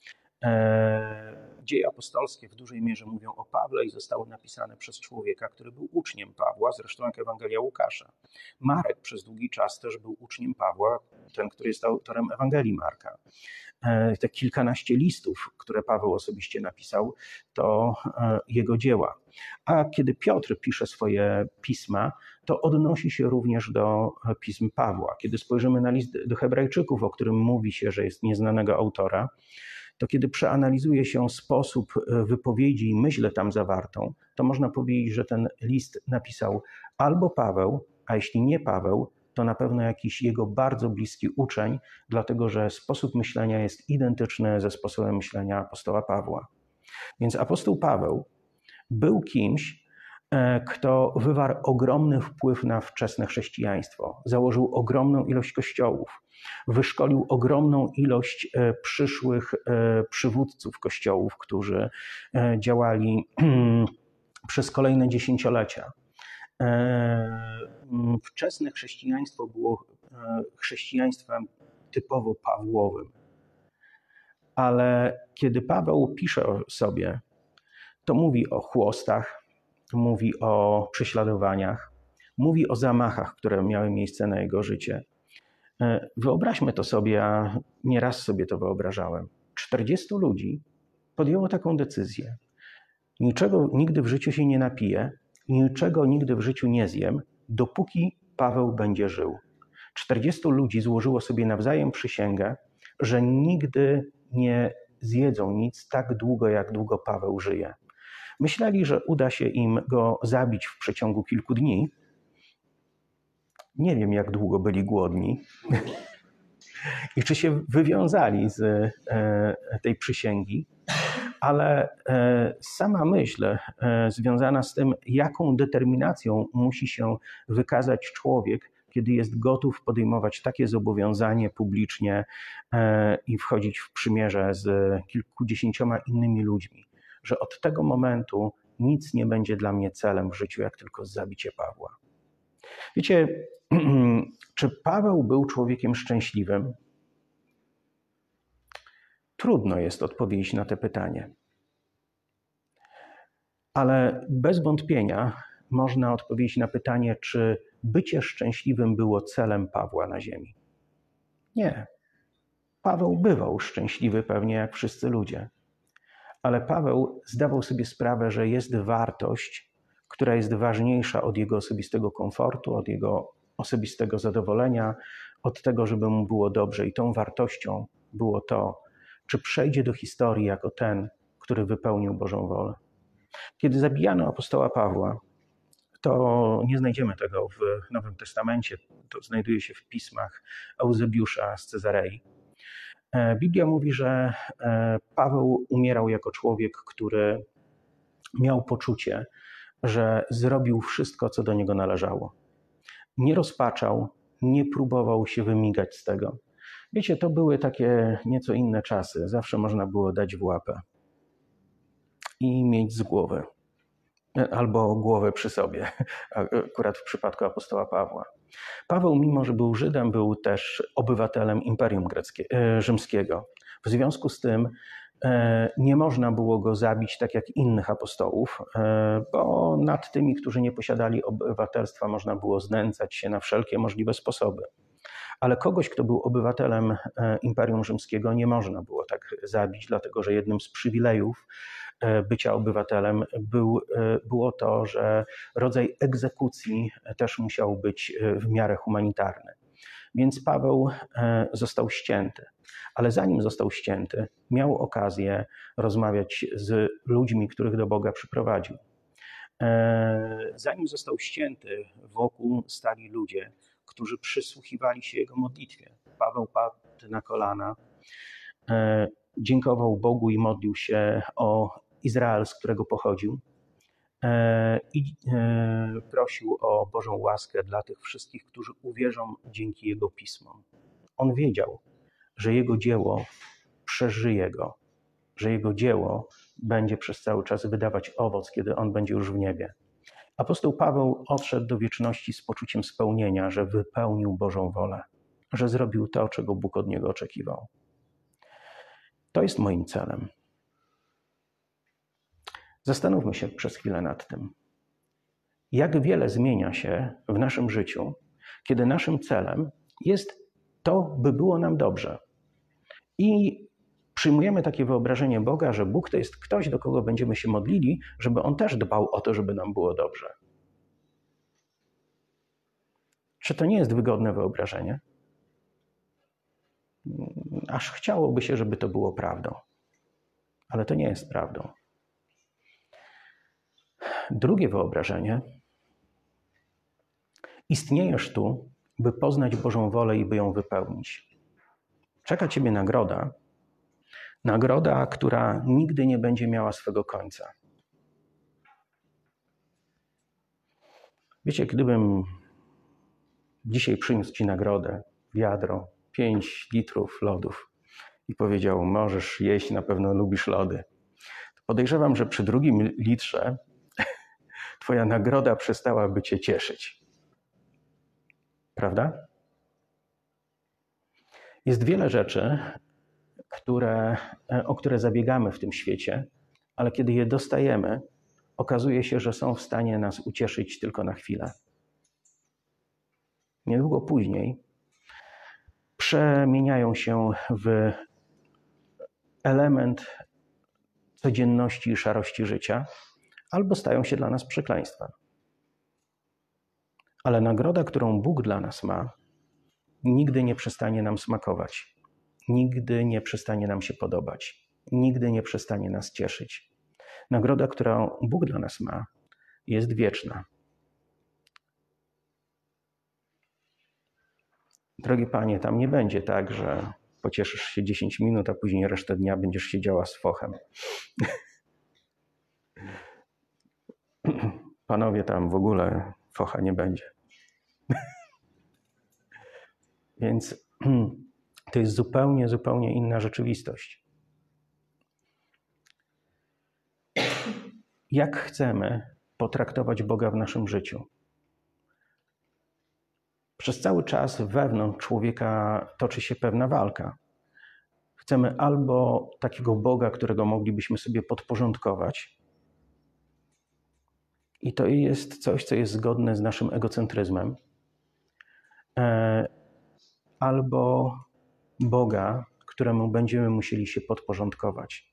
Dzieje apostolskie w dużej mierze mówią o Pawle i zostały napisane przez człowieka, który był uczniem Pawła, zresztą jak Ewangelia Łukasza. Marek przez długi czas też był uczniem Pawła, ten, który jest autorem Ewangelii Marka. Te kilkanaście listów, które Paweł osobiście napisał, to jego dzieła. A kiedy Piotr pisze swoje pisma, to odnosi się również do pism Pawła. Kiedy spojrzymy na list do Hebrajczyków, o którym mówi się, że jest nieznanego autora, to kiedy przeanalizuje się sposób wypowiedzi i myśl tam zawartą, to można powiedzieć, że ten list napisał albo Paweł, a jeśli nie Paweł, to na pewno jakiś jego bardzo bliski uczeń, dlatego że sposób myślenia jest identyczny ze sposobem myślenia apostoła Pawła. Więc apostoł Paweł był kimś, kto wywarł ogromny wpływ na wczesne chrześcijaństwo. Założył ogromną ilość kościołów, wyszkolił ogromną ilość przyszłych przywódców kościołów, którzy działali przez kolejne dziesięciolecia. Wczesne chrześcijaństwo było chrześcijaństwem typowo Pawłowym. Ale kiedy Paweł pisze o sobie, to mówi o chłostach, mówi o prześladowaniach, mówi o zamachach, które miały miejsce na jego życie. Wyobraźmy to sobie, a nieraz sobie to wyobrażałem. czterdziestu ludzi podjęło taką decyzję. Niczego nigdy w życiu się nie napiję, niczego nigdy w życiu nie zjem, dopóki Paweł będzie żył. czterdziestu ludzi złożyło sobie nawzajem przysięgę, że nigdy nie zjedzą nic tak długo, jak długo Paweł żyje. Myśleli, że uda się im go zabić w przeciągu kilku dni. Nie wiem, jak długo byli głodni i czy się wywiązali z tej przysięgi, ale sama myśl związana z tym, jaką determinacją musi się wykazać człowiek, kiedy jest gotów podejmować takie zobowiązanie publicznie i wchodzić w przymierze z kilkudziesięcioma innymi ludźmi, że od tego momentu nic nie będzie dla mnie celem w życiu, jak tylko zabicie Pawła. Wiecie, czy Paweł był człowiekiem szczęśliwym? Trudno jest odpowiedzieć na to pytanie. Ale bez wątpienia można odpowiedzieć na pytanie, czy bycie szczęśliwym było celem Pawła na ziemi. Nie. Paweł bywał szczęśliwy pewnie jak wszyscy ludzie. Ale Paweł zdawał sobie sprawę, że jest wartość, która jest ważniejsza od jego osobistego komfortu, od jego osobistego zadowolenia, od tego, żeby mu było dobrze. I tą wartością było to, czy przejdzie do historii jako ten, który wypełnił Bożą wolę. Kiedy zabijano apostoła Pawła, to nie znajdziemy tego w Nowym Testamencie, to znajduje się w pismach Eusebiusza z Cezarei. Biblia mówi, że Paweł umierał jako człowiek, który miał poczucie, że zrobił wszystko, co do niego należało. Nie rozpaczał, nie próbował się wymigać z tego. Wiecie, to były takie nieco inne czasy. Zawsze można było dać w łapę i mieć z głowy. Albo głowę przy sobie, akurat w przypadku apostoła Pawła. Paweł, mimo że był Żydem, był też obywatelem Imperium Greckie, Rzymskiego. W związku z tym nie można było go zabić tak jak innych apostołów, bo nad tymi, którzy nie posiadali obywatelstwa, można było znęcać się na wszelkie możliwe sposoby. Ale kogoś, kto był obywatelem Imperium Rzymskiego, nie można było tak zabić, dlatego że jednym z przywilejów bycia obywatelem był, było to, że rodzaj egzekucji też musiał być w miarę humanitarny. Więc Paweł został ścięty. Ale zanim został ścięty, miał okazję rozmawiać z ludźmi, których do Boga przyprowadził. Zanim został ścięty, wokół stali ludzie, którzy przysłuchiwali się jego modlitwie. Paweł padł na kolana, dziękował Bogu i modlił się o Izrael, z którego pochodził, i prosił o Bożą łaskę dla tych wszystkich, którzy uwierzą dzięki jego pismom. On wiedział, że jego dzieło przeżyje go, że jego dzieło będzie przez cały czas wydawać owoc, kiedy on będzie już w niebie. Apostoł Paweł odszedł do wieczności z poczuciem spełnienia, że wypełnił Bożą wolę, że zrobił to, czego Bóg od niego oczekiwał. To jest moim celem. Zastanówmy się przez chwilę nad tym. Jak wiele zmienia się w naszym życiu, kiedy naszym celem jest to, by było nam dobrze. I przyjmujemy takie wyobrażenie Boga, że Bóg to jest ktoś, do kogo będziemy się modlili, żeby On też dbał o to, żeby nam było dobrze. Czy to nie jest wygodne wyobrażenie? Aż chciałoby się, żeby to było prawdą. Ale to nie jest prawdą. Drugie wyobrażenie. Istniejesz tu, by poznać Bożą wolę i by ją wypełnić. Czeka ciebie nagroda. Nagroda, która nigdy nie będzie miała swego końca. Wiecie, gdybym dzisiaj przyniósł ci nagrodę, wiadro, pięć litrów lodów i powiedział, możesz jeść, na pewno lubisz lody, to podejrzewam, że przy drugim litrze twoja nagroda przestałaby cię cieszyć. Prawda? Jest wiele rzeczy, które, o które zabiegamy w tym świecie, ale kiedy je dostajemy, okazuje się, że są w stanie nas ucieszyć tylko na chwilę. Niedługo później przemieniają się w element codzienności i szarości życia, albo stają się dla nas przekleństwem. Ale nagroda, którą Bóg dla nas ma, nigdy nie przestanie nam smakować. Nigdy nie przestanie nam się podobać. Nigdy nie przestanie nas cieszyć. Nagroda, którą Bóg dla nas ma, jest wieczna. Drogi Panie, tam nie będzie tak, że pocieszysz się dziesięć minut, a później resztę dnia będziesz siedziała z fochem. Panowie, tam w ogóle focha nie będzie. Więc to jest zupełnie, zupełnie inna rzeczywistość. Jak chcemy potraktować Boga w naszym życiu? Przez cały czas wewnątrz człowieka toczy się pewna walka. Chcemy albo takiego Boga, którego moglibyśmy sobie podporządkować, i to jest coś, co jest zgodne z naszym egocentryzmem, albo Boga, któremu będziemy musieli się podporządkować.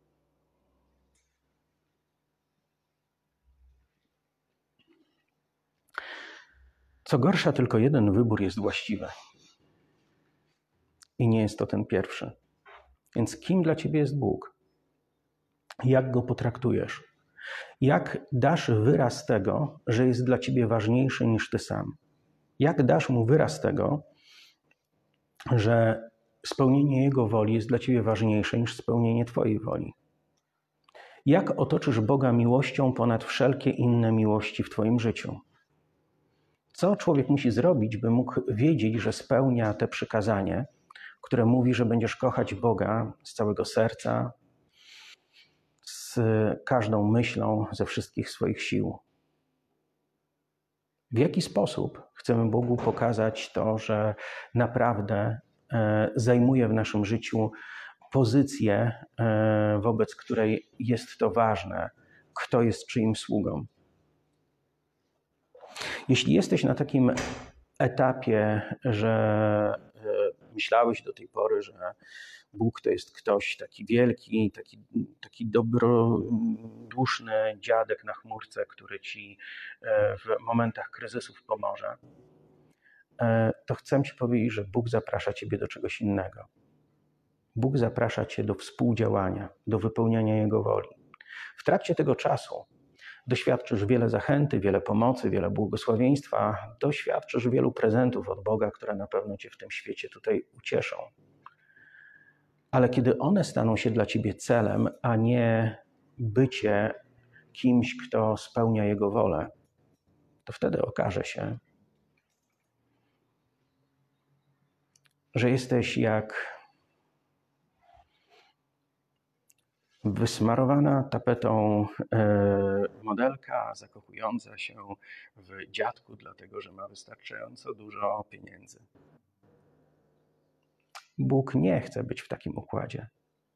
Co gorsza, tylko jeden wybór jest właściwy. I nie jest to ten pierwszy. Więc kim dla ciebie jest Bóg? Jak go potraktujesz? Jak dasz wyraz tego, że jest dla ciebie ważniejszy niż ty sam? Jak dasz mu wyraz tego, że spełnienie jego woli jest dla ciebie ważniejsze niż spełnienie twojej woli? Jak otoczysz Boga miłością ponad wszelkie inne miłości w twoim życiu? Co człowiek musi zrobić, by mógł wiedzieć, że spełnia te przykazanie, które mówi, że będziesz kochać Boga z całego serca, z każdą myślą, ze wszystkich swoich sił? W jaki sposób chcemy Bogu pokazać to, że naprawdę zajmuje w naszym życiu pozycję, wobec której jest to ważne, kto jest czyim sługą? Jeśli jesteś na takim etapie, że myślałeś do tej pory, że Bóg to jest ktoś taki wielki, taki, taki dobroduszny dziadek na chmurce, który ci w momentach kryzysów pomoże, to chcę ci powiedzieć, że Bóg zaprasza ciebie do czegoś innego. Bóg zaprasza cię do współdziałania, do wypełniania Jego woli. W trakcie tego czasu Doświadczysz wiele zachęty, wiele pomocy, wiele błogosławieństwa, doświadczysz wielu prezentów od Boga, które na pewno cię w tym świecie tutaj ucieszą. Ale kiedy one staną się dla ciebie celem, a nie bycie kimś, kto spełnia Jego wolę, to wtedy okaże się, że jesteś jak wysmarowana tapetą modelka zakochująca się w dziadku, dlatego że ma wystarczająco dużo pieniędzy. Bóg nie chce być w takim układzie.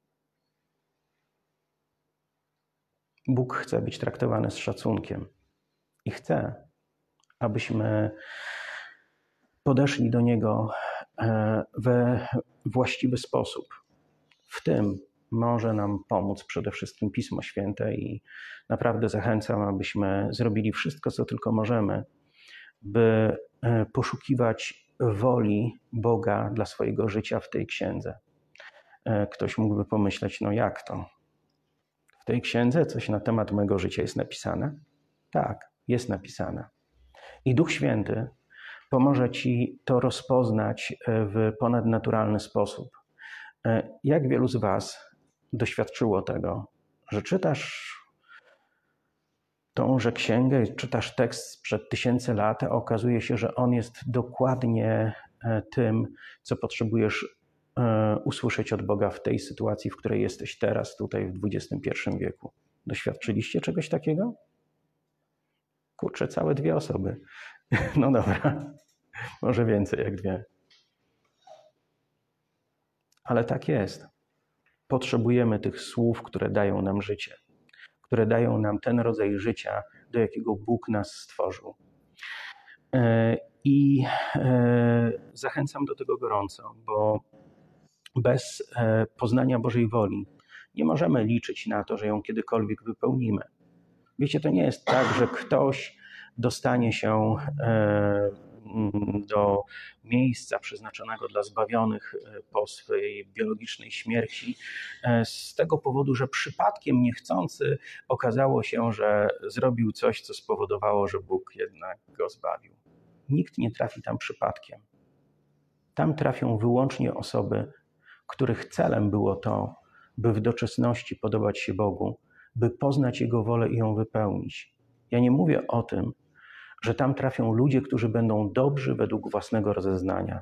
Bóg chce być traktowany z szacunkiem i chce, abyśmy podeszli do Niego we właściwy sposób. W tym może nam pomóc przede wszystkim Pismo Święte i naprawdę zachęcam, abyśmy zrobili wszystko, co tylko możemy, by poszukiwać woli Boga dla swojego życia w tej księdze. Ktoś mógłby pomyśleć, no jak to? W tej księdze coś na temat mojego życia jest napisane? Tak, jest napisane. I Duch Święty pomoże ci to rozpoznać w ponadnaturalny sposób. Jak wielu z was doświadczyło tego, że czytasz tąże księgę, czytasz tekst sprzed tysięcy lat, a okazuje się, że on jest dokładnie tym, co potrzebujesz usłyszeć od Boga w tej sytuacji, w której jesteś teraz, tutaj w dwudziestym pierwszym wieku. Doświadczyliście czegoś takiego? Kurczę, całe dwie osoby. No dobra, może więcej jak dwie. Ale tak jest. Potrzebujemy tych słów, które dają nam życie, które dają nam ten rodzaj życia, do jakiego Bóg nas stworzył. I zachęcam do tego gorąco, bo bez poznania Bożej woli nie możemy liczyć na to, że ją kiedykolwiek wypełnimy. Wiecie, to nie jest tak, że ktoś dostanie się do miejsca przeznaczonego dla zbawionych po swojej biologicznej śmierci z tego powodu, że przypadkiem niechcący okazało się, że zrobił coś, co spowodowało, że Bóg jednak go zbawił. Nikt nie trafi tam przypadkiem. Tam trafią wyłącznie osoby, których celem było to, by w doczesności podobać się Bogu, by poznać Jego wolę i ją wypełnić. Ja nie mówię o tym, że tam trafią ludzie, którzy będą dobrzy według własnego rozeznania.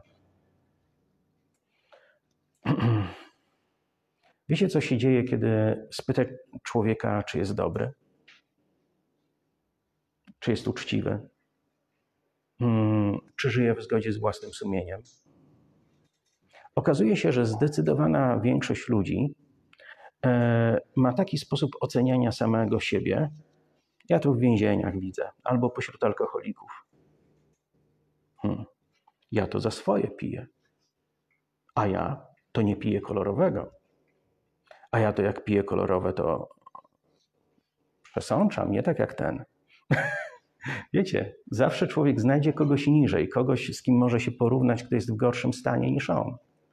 Wiecie, co się dzieje, kiedy spytać człowieka, czy jest dobry? Czy jest uczciwy? Hmm, czy żyje w zgodzie z własnym sumieniem? Okazuje się, że zdecydowana większość ludzi e, ma taki sposób oceniania samego siebie. Ja to w więzieniach widzę, albo pośród alkoholików. Hmm. Ja to za swoje piję, a ja to nie piję kolorowego. A ja to jak piję kolorowe, to przesączam, nie tak jak ten. Wiecie, zawsze człowiek znajdzie kogoś niżej, kogoś, z kim może się porównać, kto jest w gorszym stanie niż on.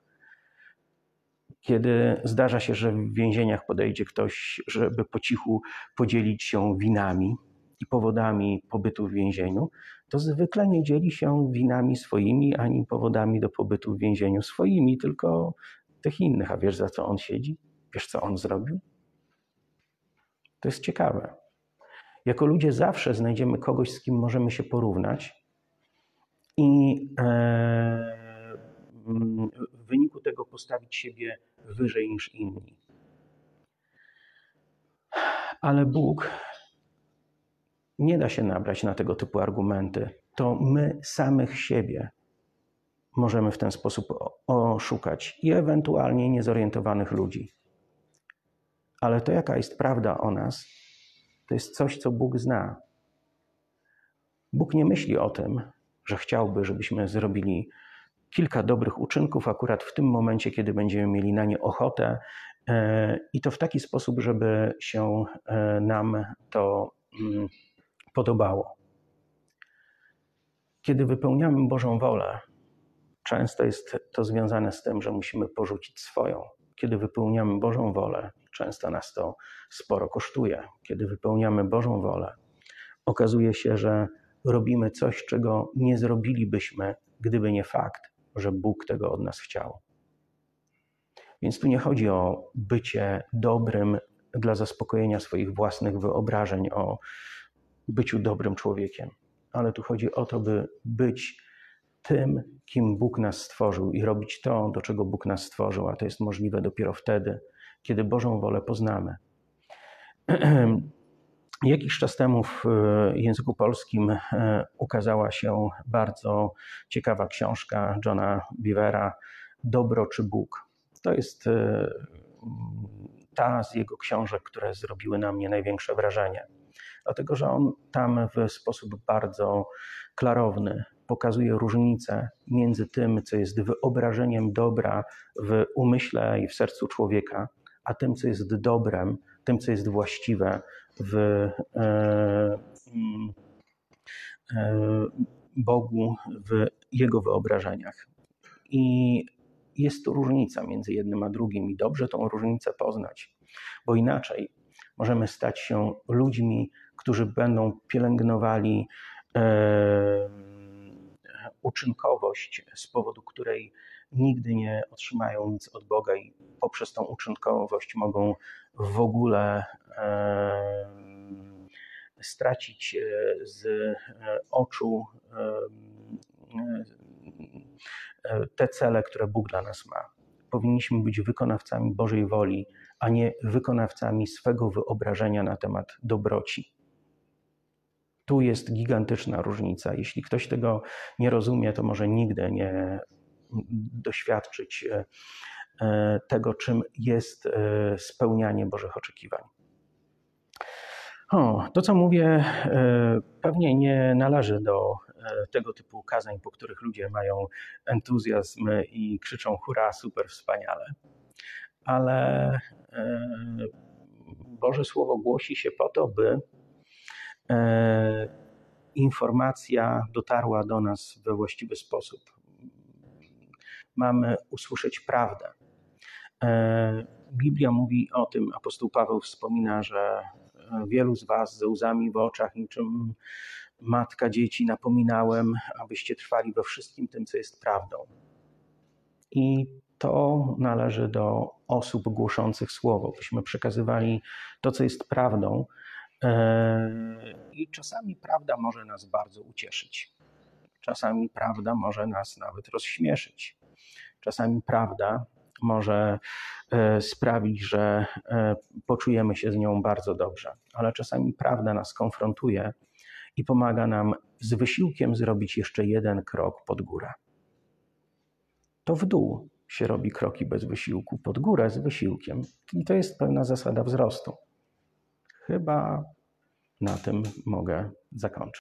Kiedy zdarza się, że w więzieniach podejdzie ktoś, żeby po cichu podzielić się winami i powodami pobytu w więzieniu, to zwykle nie dzieli się winami swoimi, ani powodami do pobytu w więzieniu swoimi, tylko tych innych. A wiesz, za co on siedzi? Wiesz, co on zrobił? To jest ciekawe. Jako ludzie zawsze znajdziemy kogoś, z kim możemy się porównać i e, w wyniku tego postawić siebie wyżej niż inni. Ale Bóg nie da się nabrać na tego typu argumenty. To my samych siebie możemy w ten sposób oszukać i ewentualnie niezorientowanych ludzi. Ale to, jaka jest prawda o nas, to jest coś, co Bóg zna. Bóg nie myśli o tym, że chciałby, żebyśmy zrobili kilka dobrych uczynków akurat w tym momencie, kiedy będziemy mieli na nie ochotę i to w taki sposób, żeby się nam to podobało. Kiedy wypełniamy Bożą wolę, często jest to związane z tym, że musimy porzucić swoją. Kiedy wypełniamy Bożą wolę, często nas to sporo kosztuje. Kiedy wypełniamy Bożą wolę, okazuje się, że robimy coś, czego nie zrobilibyśmy, gdyby nie fakt, że Bóg tego od nas chciał. Więc tu nie chodzi o bycie dobrym dla zaspokojenia swoich własnych wyobrażeń o byciu dobrym człowiekiem, ale tu chodzi o to, by być tym, kim Bóg nas stworzył i robić to, do czego Bóg nas stworzył, a to jest możliwe dopiero wtedy, kiedy Bożą wolę poznamy. Jakiś czas temu w języku polskim ukazała się bardzo ciekawa książka Johna Beavera „Dobro czy Bóg?”. To jest ta z jego książek, które zrobiły na mnie największe wrażenie. Dlatego, że on tam w sposób bardzo klarowny pokazuje różnicę między tym, co jest wyobrażeniem dobra w umyśle i w sercu człowieka, a tym, co jest dobrem, tym, co jest właściwe w e, e, Bogu, w Jego wyobrażeniach. I jest tu różnica między jednym a drugim i dobrze tą różnicę poznać, bo inaczej możemy stać się ludźmi, którzy będą pielęgnowali e, uczynkowość, z powodu której nigdy nie otrzymają nic od Boga i poprzez tą uczynkowość mogą w ogóle e, stracić z oczu e, te cele, które Bóg dla nas ma. Powinniśmy być wykonawcami Bożej woli, a nie wykonawcami swego wyobrażenia na temat dobroci. Tu jest gigantyczna różnica. Jeśli ktoś tego nie rozumie, to może nigdy nie doświadczyć tego, czym jest spełnianie Bożych oczekiwań. O, to, co mówię, pewnie nie należy do tego typu kazań, po których ludzie mają entuzjazm i krzyczą hurra, super, wspaniale. Ale Boże Słowo głosi się po to, by informacja dotarła do nas we właściwy sposób. Mamy usłyszeć prawdę. Biblia mówi o tym, apostoł Paweł wspomina, że wielu z was ze łzami w oczach, niczym matka dzieci, napominałem, abyście trwali we wszystkim tym, co jest prawdą. I to należy do osób głoszących słowo, byśmy przekazywali to, co jest prawdą. I czasami prawda może nas bardzo ucieszyć. Czasami prawda może nas nawet rozśmieszyć. Czasami prawda może sprawić, że poczujemy się z nią bardzo dobrze. Ale czasami prawda nas konfrontuje i pomaga nam z wysiłkiem zrobić jeszcze jeden krok pod górę. To w dół się robi kroki bez wysiłku, pod górę z wysiłkiem. I to jest pewna zasada wzrostu. Chyba na tym mogę zakończyć.